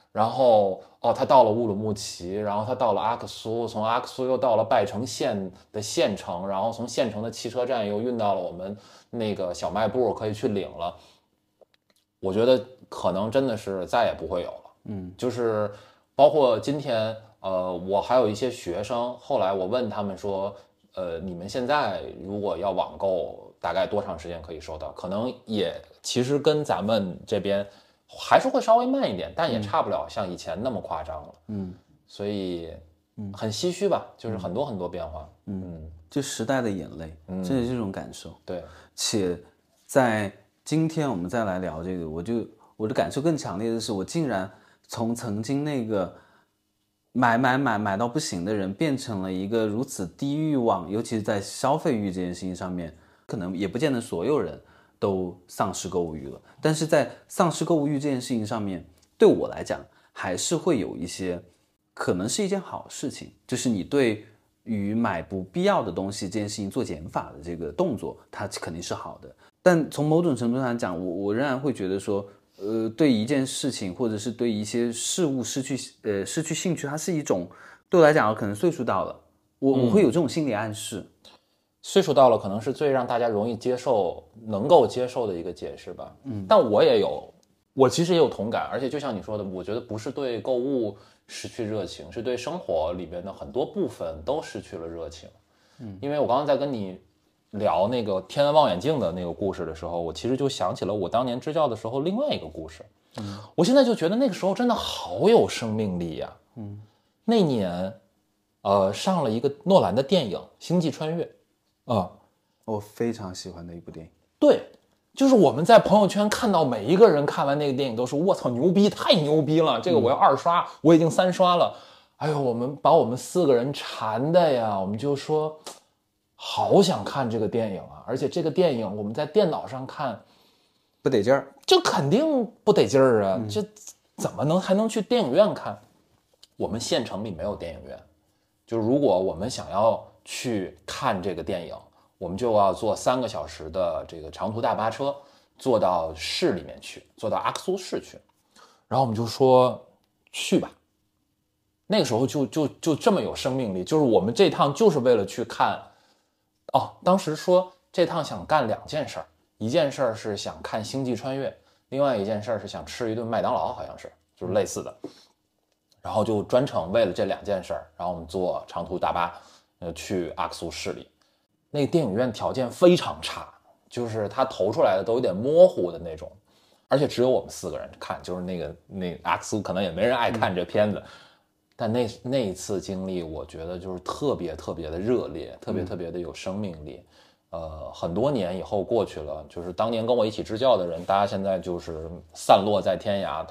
然后他到了乌鲁木齐，然后他到了阿克苏，从阿克苏又到了拜城县的县城，然后从县城的汽车站又运到了我们那个小卖部，可以去领了。我觉得可能真的是再也不会有了。就是包括今天，我还有一些学生，后来我问他们说，你们现在如果要网购，大概多长时间可以收到？可能也其实跟咱们这边还是会稍微慢一点，但也差不了像以前那么夸张了。所以很唏嘘吧，就是很多很多变化。 就时代的眼泪，真是这种感受。 对， 且在今天我们再来聊这个，我的感受更强烈的是，我竟然从曾经那个买到不行的人，变成了一个如此低欲望，尤其是在消费欲这件事情上面，可能也不见得所有人都丧失购物欲了，但是在丧失购物欲这件事情上面，对我来讲还是会有一些，可能是一件好事情，就是你对于买不必要的东西这件事情做减法的这个动作，它肯定是好的。但从某种程度上讲，我仍然会觉得说，对一件事情或者是对一些事物失去兴趣，它是一种对我来讲，可能岁数到了，我会有这种心理暗示。 岁数到了，可能是最让大家容易接受、能够接受的一个解释吧。但我其实也有同感，而且就像你说的，我觉得不是对购物失去热情，是对生活里边的很多部分都失去了热情。因为我刚刚在跟你聊那个天文望远镜的那个故事的时候，我其实就想起了我当年支教的时候另外一个故事。我现在就觉得那个时候真的好有生命力呀。那年，上了一个诺兰的电影《星际穿越》。 我非常喜欢的一部电影。 对，就是我们在朋友圈看到每一个人看完那个电影都说我操牛逼，太牛逼了，这个我要2刷，我已经3刷了。哎呦，我们4个人馋的呀，我们就说好想看这个电影啊，而且这个电影我们在电脑上看不得劲儿， 这肯定不得劲儿啊，这怎么还能去电影院看？我们县城里没有电影院，就如果我们想要去看这个电影，我们就要坐3个小时的这个长途大巴车，坐到市里面去，坐到阿克苏市去。然后我们就说去吧。那个时候就这么有生命力，就是我们这趟就是为了去看。当时说这趟想干2件事儿，一件事儿是想看《星际穿越》，另外一件事儿是想吃一顿麦当劳，好像是就是类似的。然后就专程为了这2件事儿，然后我们坐长途大巴去阿克苏市里。那个电影院条件非常差，就是它投出来的都有点模糊的那种，而且只有我们4个人看，就是那阿克苏可能也没人爱看这片子。但那一次经历，我觉得就是特别特别的热烈，特别特别的有生命力。很多年以后过去了，就是当年跟我一起支教的人，大家现在就是散落在天涯，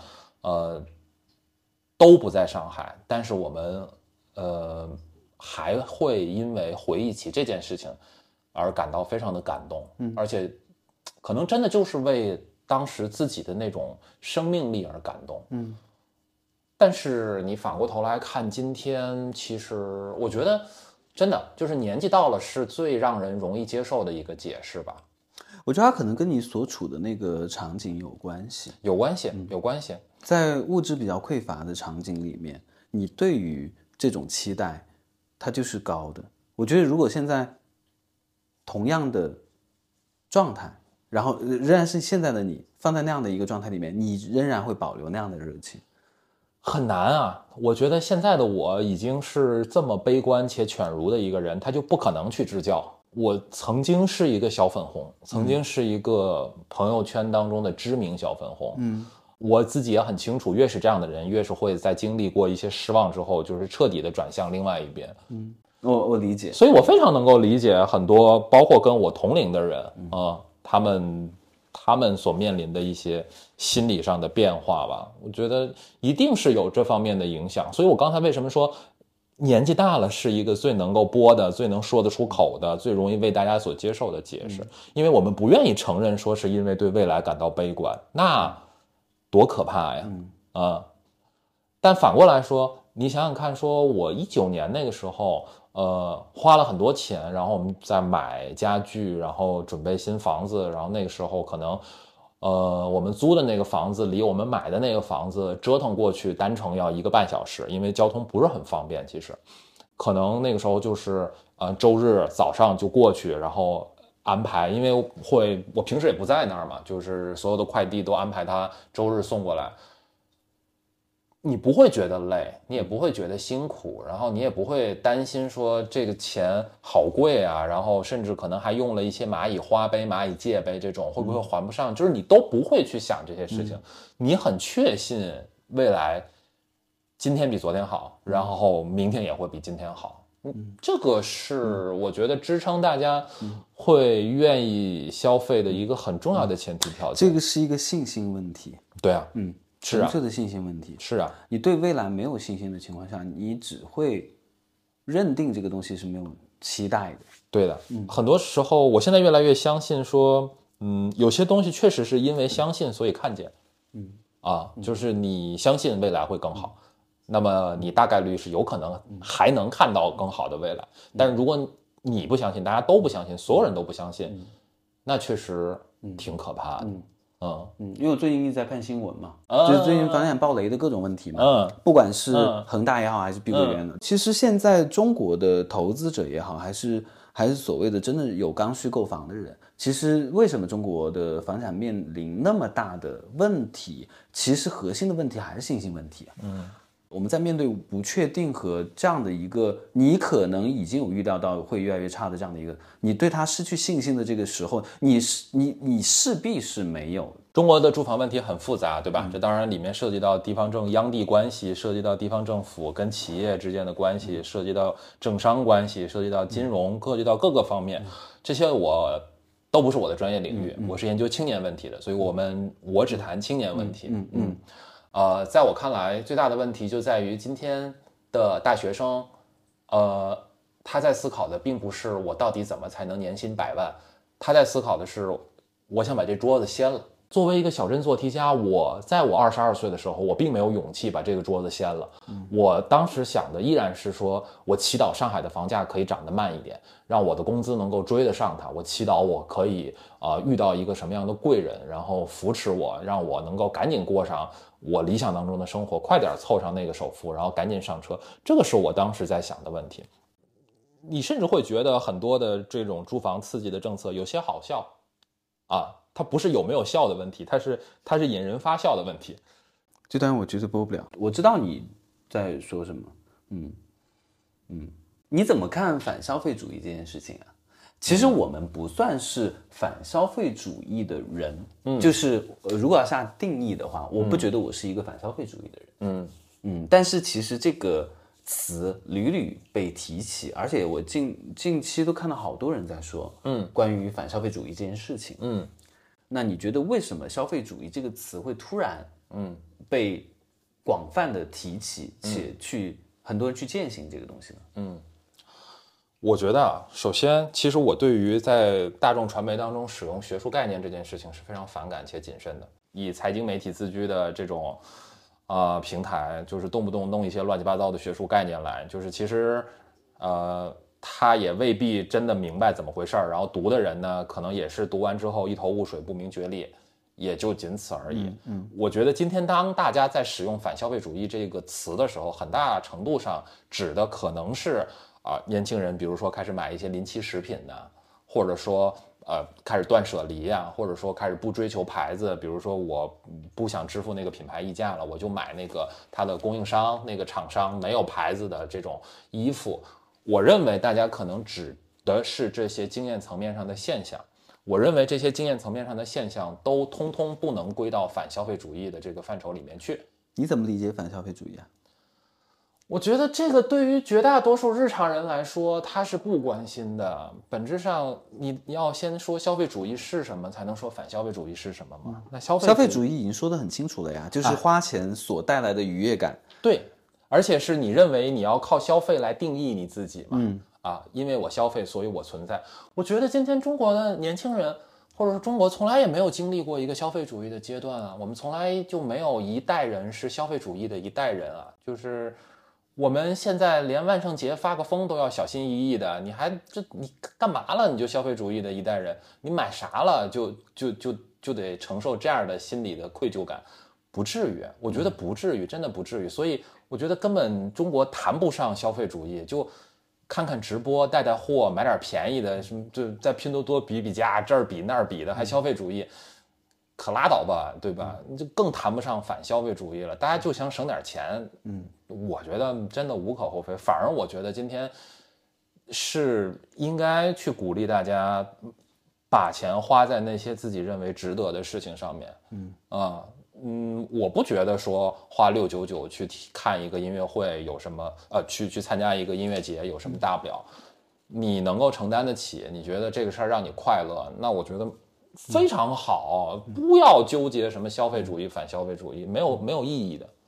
都不在上海，但是我们还会因为回忆起这件事情而感到非常的感动。而且可能真的就是为当时自己的那种生命力而感动。但是你反过头来看今天，其实我觉得真的就是年纪到了是最让人容易接受的一个解释吧。 我觉得它可能跟你所处的那个场景有关系。 有关系。 在物质比较匮乏的场景里面，你对于这种期待它就是高的。我觉得如果现在同样的状态，然后仍然是现在的你放在那样的一个状态里面，你仍然会保留那样的热情。 很难啊，我觉得现在的我已经是这么悲观且犬儒的一个人，他就不可能去支教。我曾经是一个小粉红，曾经是一个朋友圈当中的知名小粉红。我自己也很清楚，越是这样的人，越是会在经历过一些失望之后，就是彻底的转向另外一边。 我理解， 所以我非常能够理解很多，包括跟我同龄的人他们所面临的一些心理上的变化吧，我觉得一定是有这方面的影响。所以我刚才为什么说年纪大了是一个最能够播的、最能说得出口的、最容易为大家所接受的解释，因为我们不愿意承认说是因为对未来感到悲观，那多可怕呀！但反过来说，你想想看，说我19年那个时候花了很多钱，然后我们在买家具，然后准备新房子，然后那个时候可能我们租的那个房子离我们买的那个房子折腾过去单程要1个半小时，因为交通不是很方便。其实可能那个时候就是周日早上就过去，然后安排，因为我平时也不在那儿嘛，就是所有的快递都安排他周日送过来。你不会觉得累，你也不会觉得辛苦，然后你也不会担心说这个钱好贵啊，然后甚至可能还用了一些蚂蚁花呗、蚂蚁借呗这种，会不会还不上？就是你都不会去想这些事情，你很确信未来今天比昨天好，然后明天也会比今天好。这个是我觉得支撑大家会愿意消费的一个很重要的前提条件。 这个是一个信心问题。 对啊，是纯粹的信心问题。 是啊， 你对未来没有信心的情况下，你只会认定这个东西是没有期待的。 对的，很多时候我现在越来越相信说，有些东西确实是因为相信所以看见。就是你相信未来会更好，那么你大概率是有可能还能看到更好的未来。但是如果你不相信，大家都不相信，所有人都不相信，那确实挺可怕的。 因为我最近一直在看新闻嘛，就是最近房产暴雷的各种问题嘛，不管是恒大也好，还是碧桂园其实现在中国的投资者也好，还是所谓的真的有刚需购房的人，其实为什么中国的房产面临那么大的问题？其实核心的问题还是信心问题。我们在面对不确定和这样的一个你可能已经有预料到会越来越差的这样的一个，你对它失去信心的这个时候，你势必是没有。 中国的住房问题很复杂，对吧？这当然里面涉及到地方政央地关系，涉及到地方政府跟企业之间的关系，涉及到政商关系，涉及到金融，涉及到各个方面。这些我都不是我的专业领域，我是研究青年问题的，所以我只谈青年问题。在我看来，最大的问题就在于今天的大学生，他在思考的并不是我到底怎么才能年薪100万，他在思考的是我想把这桌子掀了。作为一个小镇做题家，在我22岁的时候，我并没有勇气把这个桌子掀了。我当时想的依然是说，我祈祷上海的房价可以涨得慢一点，让我的工资能够追得上它。我祈祷我可以遇到一个什么样的贵人，然后扶持我，让我能够赶紧过上我理想当中的生活，快点凑上那个首付，然后赶紧上车。这个是我当时在想的问题。你甚至会觉得很多的这种住房刺激的政策有些好笑它不是有没有效的问题，它是引人发笑的问题。 这段我绝对播不了。我知道你在说什么。你怎么看反消费主义这件事情啊？其实我们不算是反消费主义的人，就是如果要下定义的话，我不觉得我是一个反消费主义的人。但是其实这个词屡屡被提起，而且我近期都看到好多人在说，关于反消费主义这件事情。那你觉得为什么消费主义这个词会突然被广泛的提起，且很多人去践行这个东西呢？ 我觉得首先，其实我对于在大众传媒当中使用学术概念这件事情是非常反感且谨慎的。以财经媒体自居的这种平台，就是动不动弄一些乱七八糟的学术概念来，就是其实他也未必真的明白怎么回事儿，然后读的人呢，可能也是读完之后一头雾水、不明觉厉，也就仅此而已。我觉得今天当大家在使用反消费主义这个词的时候，很大程度上指的可能是年轻人，比如说开始买一些临期食品呢，或者说开始断舍离啊，或者说开始不追求牌子，比如说我不想支付那个品牌溢价了，我就买那个它的供应商、那个厂商没有牌子的这种衣服。我认为大家可能指的是这些经验层面上的现象。我认为这些经验层面上的现象都通通不能归到反消费主义的这个范畴里面去。 你怎么理解反消费主义啊？ 我觉得这个对于绝大多数日常人来说，他是不关心的。本质上，你要先说消费主义是什么，才能说反消费主义是什么嘛？那消费主义已经说得很清楚了呀，就是花钱所带来的愉悦感。 对，而且是你认为你要靠消费来定义你自己嘛？因为我消费，所以我存在。我觉得今天中国的年轻人，或者说中国从来也没有经历过一个消费主义的阶段啊，我们从来就没有一代人是消费主义的一代人啊，就是我们现在连万圣节发个疯都要小心翼翼的，你干嘛了？你就消费主义的一代人，你买啥了就就得承受这样的心理的愧疚感？不至于，我觉得不至于，真的不至于。所以我觉得根本中国谈不上消费主义，就看看直播，带带货，买点便宜的，什么就在拼多多比比价，这儿比那儿比的，还消费主义，可拉倒吧，对吧？就更谈不上反消费主义了。大家就想省点钱，我觉得真的无可厚非。反而我觉得今天是应该去鼓励大家把钱花在那些自己认为值得的事情上面。我不觉得说花699去看一个音乐会有什么去参加一个音乐节有什么大不了。你能够承担得起，你觉得这个事儿让你快乐，那我觉得非常好。不要纠结什么消费主义反消费主义，没有意义的。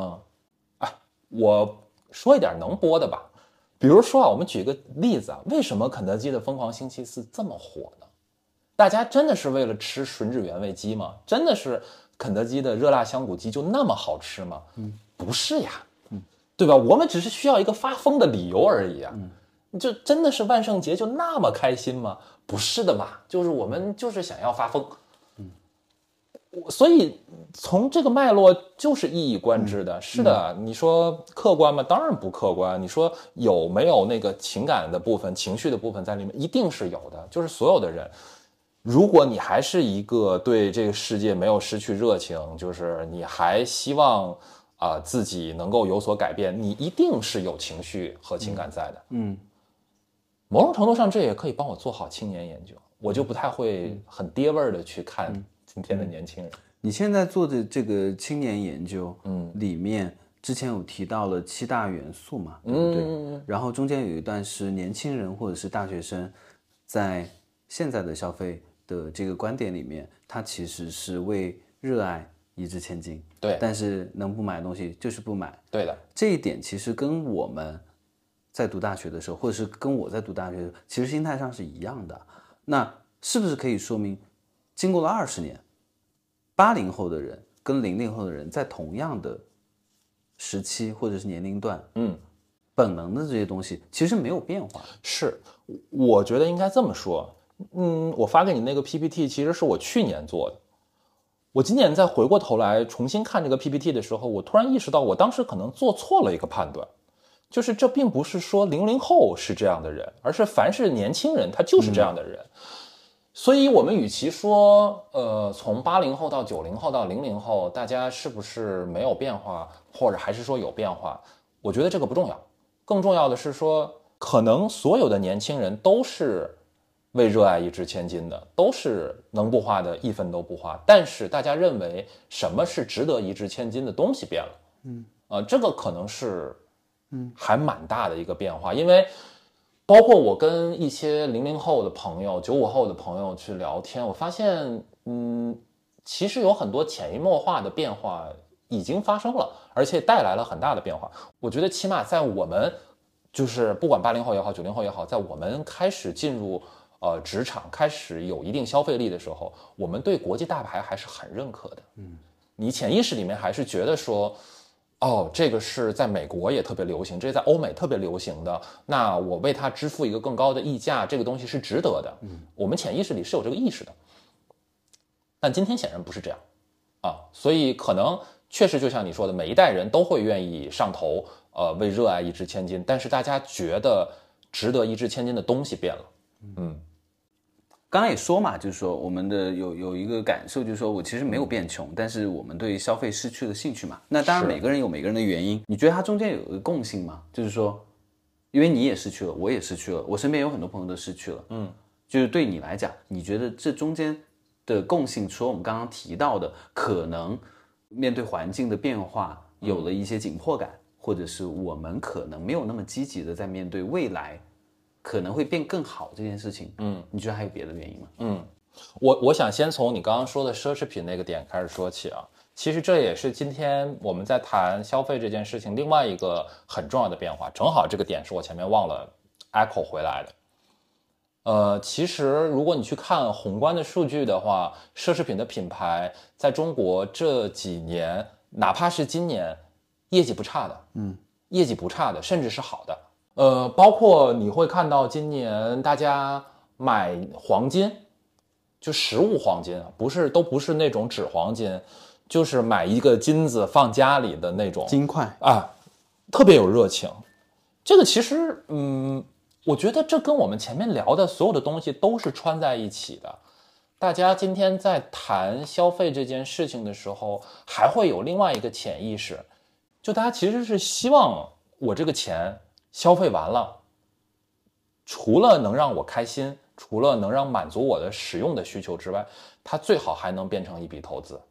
我说一点能播的吧。比如说我们举个例子为什么肯德基的疯狂星期四这么火呢？大家真的是为了吃吮指原味鸡吗？真的是肯德基的热辣香骨鸡就那么好吃吗？不是呀，对吧？我们只是需要一个发疯的理由而已啊。就真的是万圣节就那么开心吗？不是的嘛，就是我们就是想要发疯。所以从这个脉络就是一以贯之的。是的，你说客观吗？当然不客观。你说有没有那个情感的部分、情绪的部分在里面？一定是有的。就是所有的人，如果你还是一个对这个世界没有失去热情，就是你还希望自己能够有所改变，你一定是有情绪和情感在的。某种程度上这也可以帮我做好青年研究，我就不太会很爹味儿的去看今天的年轻人。 你现在做的这个青年研究里面之前有提到了7大元素嘛，对不对？然后中间有一段是年轻人或者是大学生在现在的消费的这个观点里面，他其实是为热爱一掷千金， 对， 但是能不买的东西就是不买， 对的。 这一点其实跟我们在读大学的时候，或者是跟我在读大学的时候，其实心态上是一样的。那是不是可以说明，经过了20年，80后的人跟00后的人在同样的时期或者是年龄段，本能的这些东西其实没有变化。 是，我觉得应该这么说。我发给你那个 PPT 其实是我去年做的。我今年再回过头来重新看这个 PPT 的时候，我突然意识到我当时可能做错了一个判断。就是这并不是说00后是这样的人，而是凡是年轻人他就是这样的人。所以我们与其说从80后到90后到00后大家是不是没有变化，或者还是说有变化，我觉得这个不重要。更重要的是说，可能所有的年轻人都是为热爱一掷千金的，都是能不花的一分都不花，但是大家认为什么是值得一掷千金的东西变了。这个可能是还蛮大的一个变化。因为包括我跟一些00后的朋友、95后的朋友去聊天，我发现其实有很多潜移默化的变化已经发生了，而且带来了很大的变化。我觉得起码在我们就是不管80后也好90后也好，在我们开始进入职场，开始有一定消费力的时候，我们对国际大牌还是很认可的。你潜意识里面还是觉得说这个是在美国也特别流行，这是在欧美特别流行的，那我为它支付一个更高的溢价，这个东西是值得的。我们潜意识里是有这个意识的。但今天显然不是这样所以可能确实就像你说的，每一代人都会愿意上头为热爱一掷千金，但是大家觉得值得一掷千金的东西变了。 刚刚也说嘛，就是说我们的有一个感受，就是说我其实没有变穷，但是我们对消费失去了兴趣嘛。那当然每个人有每个人的原因，你觉得它中间有一个共性吗？就是说，因为你也失去了，我也失去了，我身边有很多朋友都失去了。就是对你来讲，你觉得这中间的共性，除了我们刚刚提到的，可能面对环境的变化有了一些紧迫感，或者是我们可能没有那么积极的在面对未来可能会变更好这件事情，你觉得还有别的原因吗？ 我想先从你刚刚说的奢侈品那个点开始说起啊。其实这也是今天我们在谈消费这件事情另外一个很重要的变化，正好这个点是我前面忘了 echo 回来的。其实如果你去看宏观的数据的话，奢侈品的品牌在中国这几年，哪怕是今年，业绩不差的，业绩不差的，甚至是好的。包括你会看到今年大家买黄金， 就实物黄金，都不是那种纸黄金，就是买一个金子放家里的那种金块啊，特别有热情。这个其实我觉得这跟我们前面聊的所有的东西都是穿在一起的。大家今天在谈消费这件事情的时候，还会有另外一个潜意识，就大家其实是希望我这个钱消费完了，除了能让我开心，除了能让满足我的使用的需求之外，它最好还能变成一笔投资。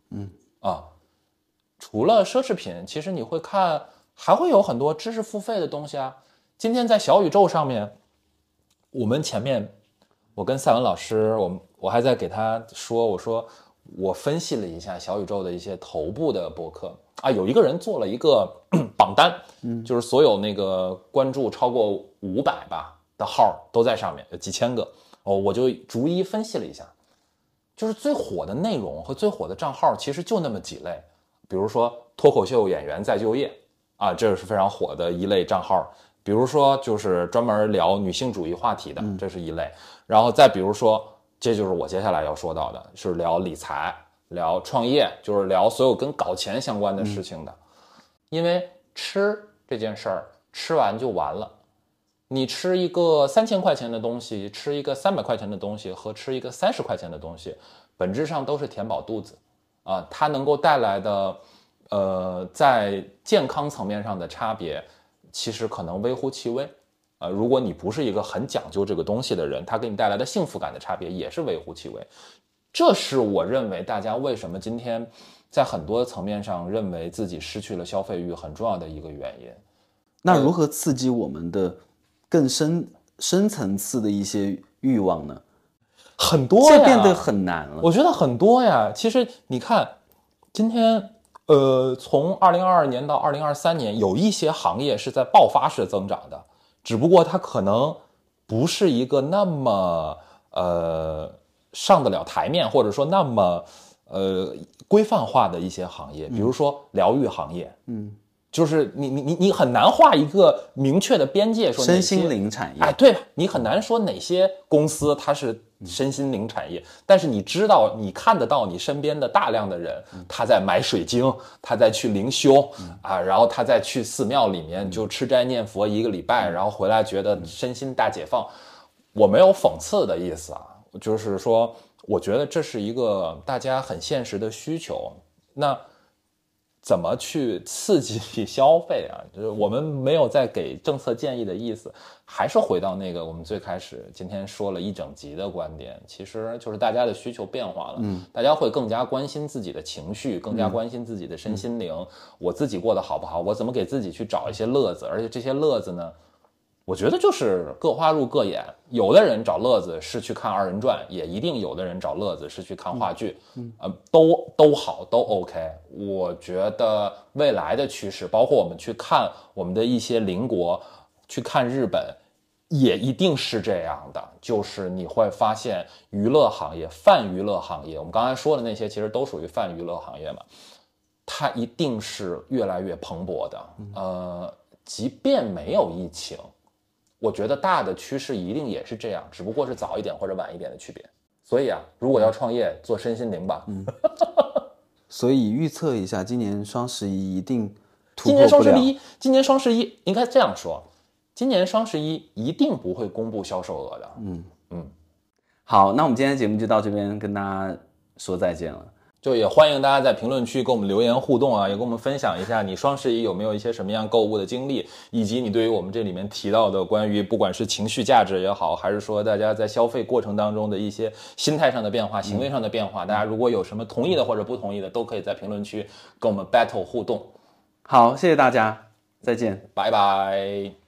除了奢侈品，其实你会看还会有很多知识付费的东西啊。今天在小宇宙上面，我们前面我跟赛文老师，我还在给他说，我说我分析了一下小宇宙的一些头部的博客啊，有一个人做了一个榜单，就是所有那个关注超过500吧的号都在上面，有几千个我就逐一分析了一下，就是最火的内容和最火的账号其实就那么几类，比如说脱口秀演员再就业啊，这是非常火的一类账号。比如说就是专门聊女性主义话题的，这是一类。然后再比如说，这就是我接下来要说到的，是聊理财、聊创业，就是聊所有跟搞钱相关的事情的。因为吃这件事儿，吃完就完了。你吃一个3000块钱的东西，吃一个300块钱的东西，和吃一个30块钱的东西，本质上都是填饱肚子啊。它能够带来的在健康层面上的差别，其实可能微乎其微，如果你不是一个很讲究这个东西的人，它给你带来的幸福感的差别也是微乎其微。这是我认为大家为什么今天在很多层面上认为自己失去了消费欲很重要的一个原因。 那如何刺激我们的更深层次的一些欲望呢？ 很多呀， 这变得很难了。 我觉得很多呀。其实你看，今天从2022年到2023年，有一些行业是在爆发式增长的，只不过它可能不是一个那么上得了台面，或者说那么规范化的一些行业，比如说疗愈行业，就是你很难画一个明确的边界，说身心灵产业， 对，你很难说哪些公司它是身心灵产业，但是你知道，你看得到你身边的大量的人，他在买水晶，他在去灵修然后他在去寺庙里面就吃斋念佛1个礼拜，然后回来觉得身心大解放。我没有讽刺的意思啊，就是说，我觉得这是一个大家很现实的需求。那怎么去刺激消费啊？就是我们没有在给政策建议的意思，还是回到那个我们最开始今天说了一整集的观点，其实就是大家的需求变化了，大家会更加关心自己的情绪，更加关心自己的身心灵，我自己过得好不好，我怎么给自己去找一些乐子，而且这些乐子呢，我觉得就是各花入各眼，有的人找乐子是去看2人转，也一定有的人找乐子是去看话剧，都好，都 OK。我觉得未来的趋势，包括我们去看我们的一些邻国，去看日本，也一定是这样的，就是你会发现娱乐行业、泛娱乐行业，我们刚才说的那些其实都属于泛娱乐行业嘛，它一定是越来越蓬勃的。即便没有疫情，我觉得大的趋势一定也是这样，只不过是早一点或者晚一点的区别。所以啊，如果要创业，做身心灵吧。 所以预测一下，今年双11一定突破不了。 今年双十一应该这样说，今年双11一定不会公布销售额的。 好，那我们今天的节目就到这边，跟大家说再见了。 就也欢迎大家在评论区跟我们留言互动啊，也跟我们分享一下你双11有没有一些什么样购物的经历，以及你对于我们这里面提到的关于不管是情绪价值也好，还是说大家在消费过程当中的一些心态上的变化、行为上的变化，大家如果有什么同意的或者不同意的，都可以在评论区跟我们 battle 互动。 好，谢谢大家，再见， 拜拜。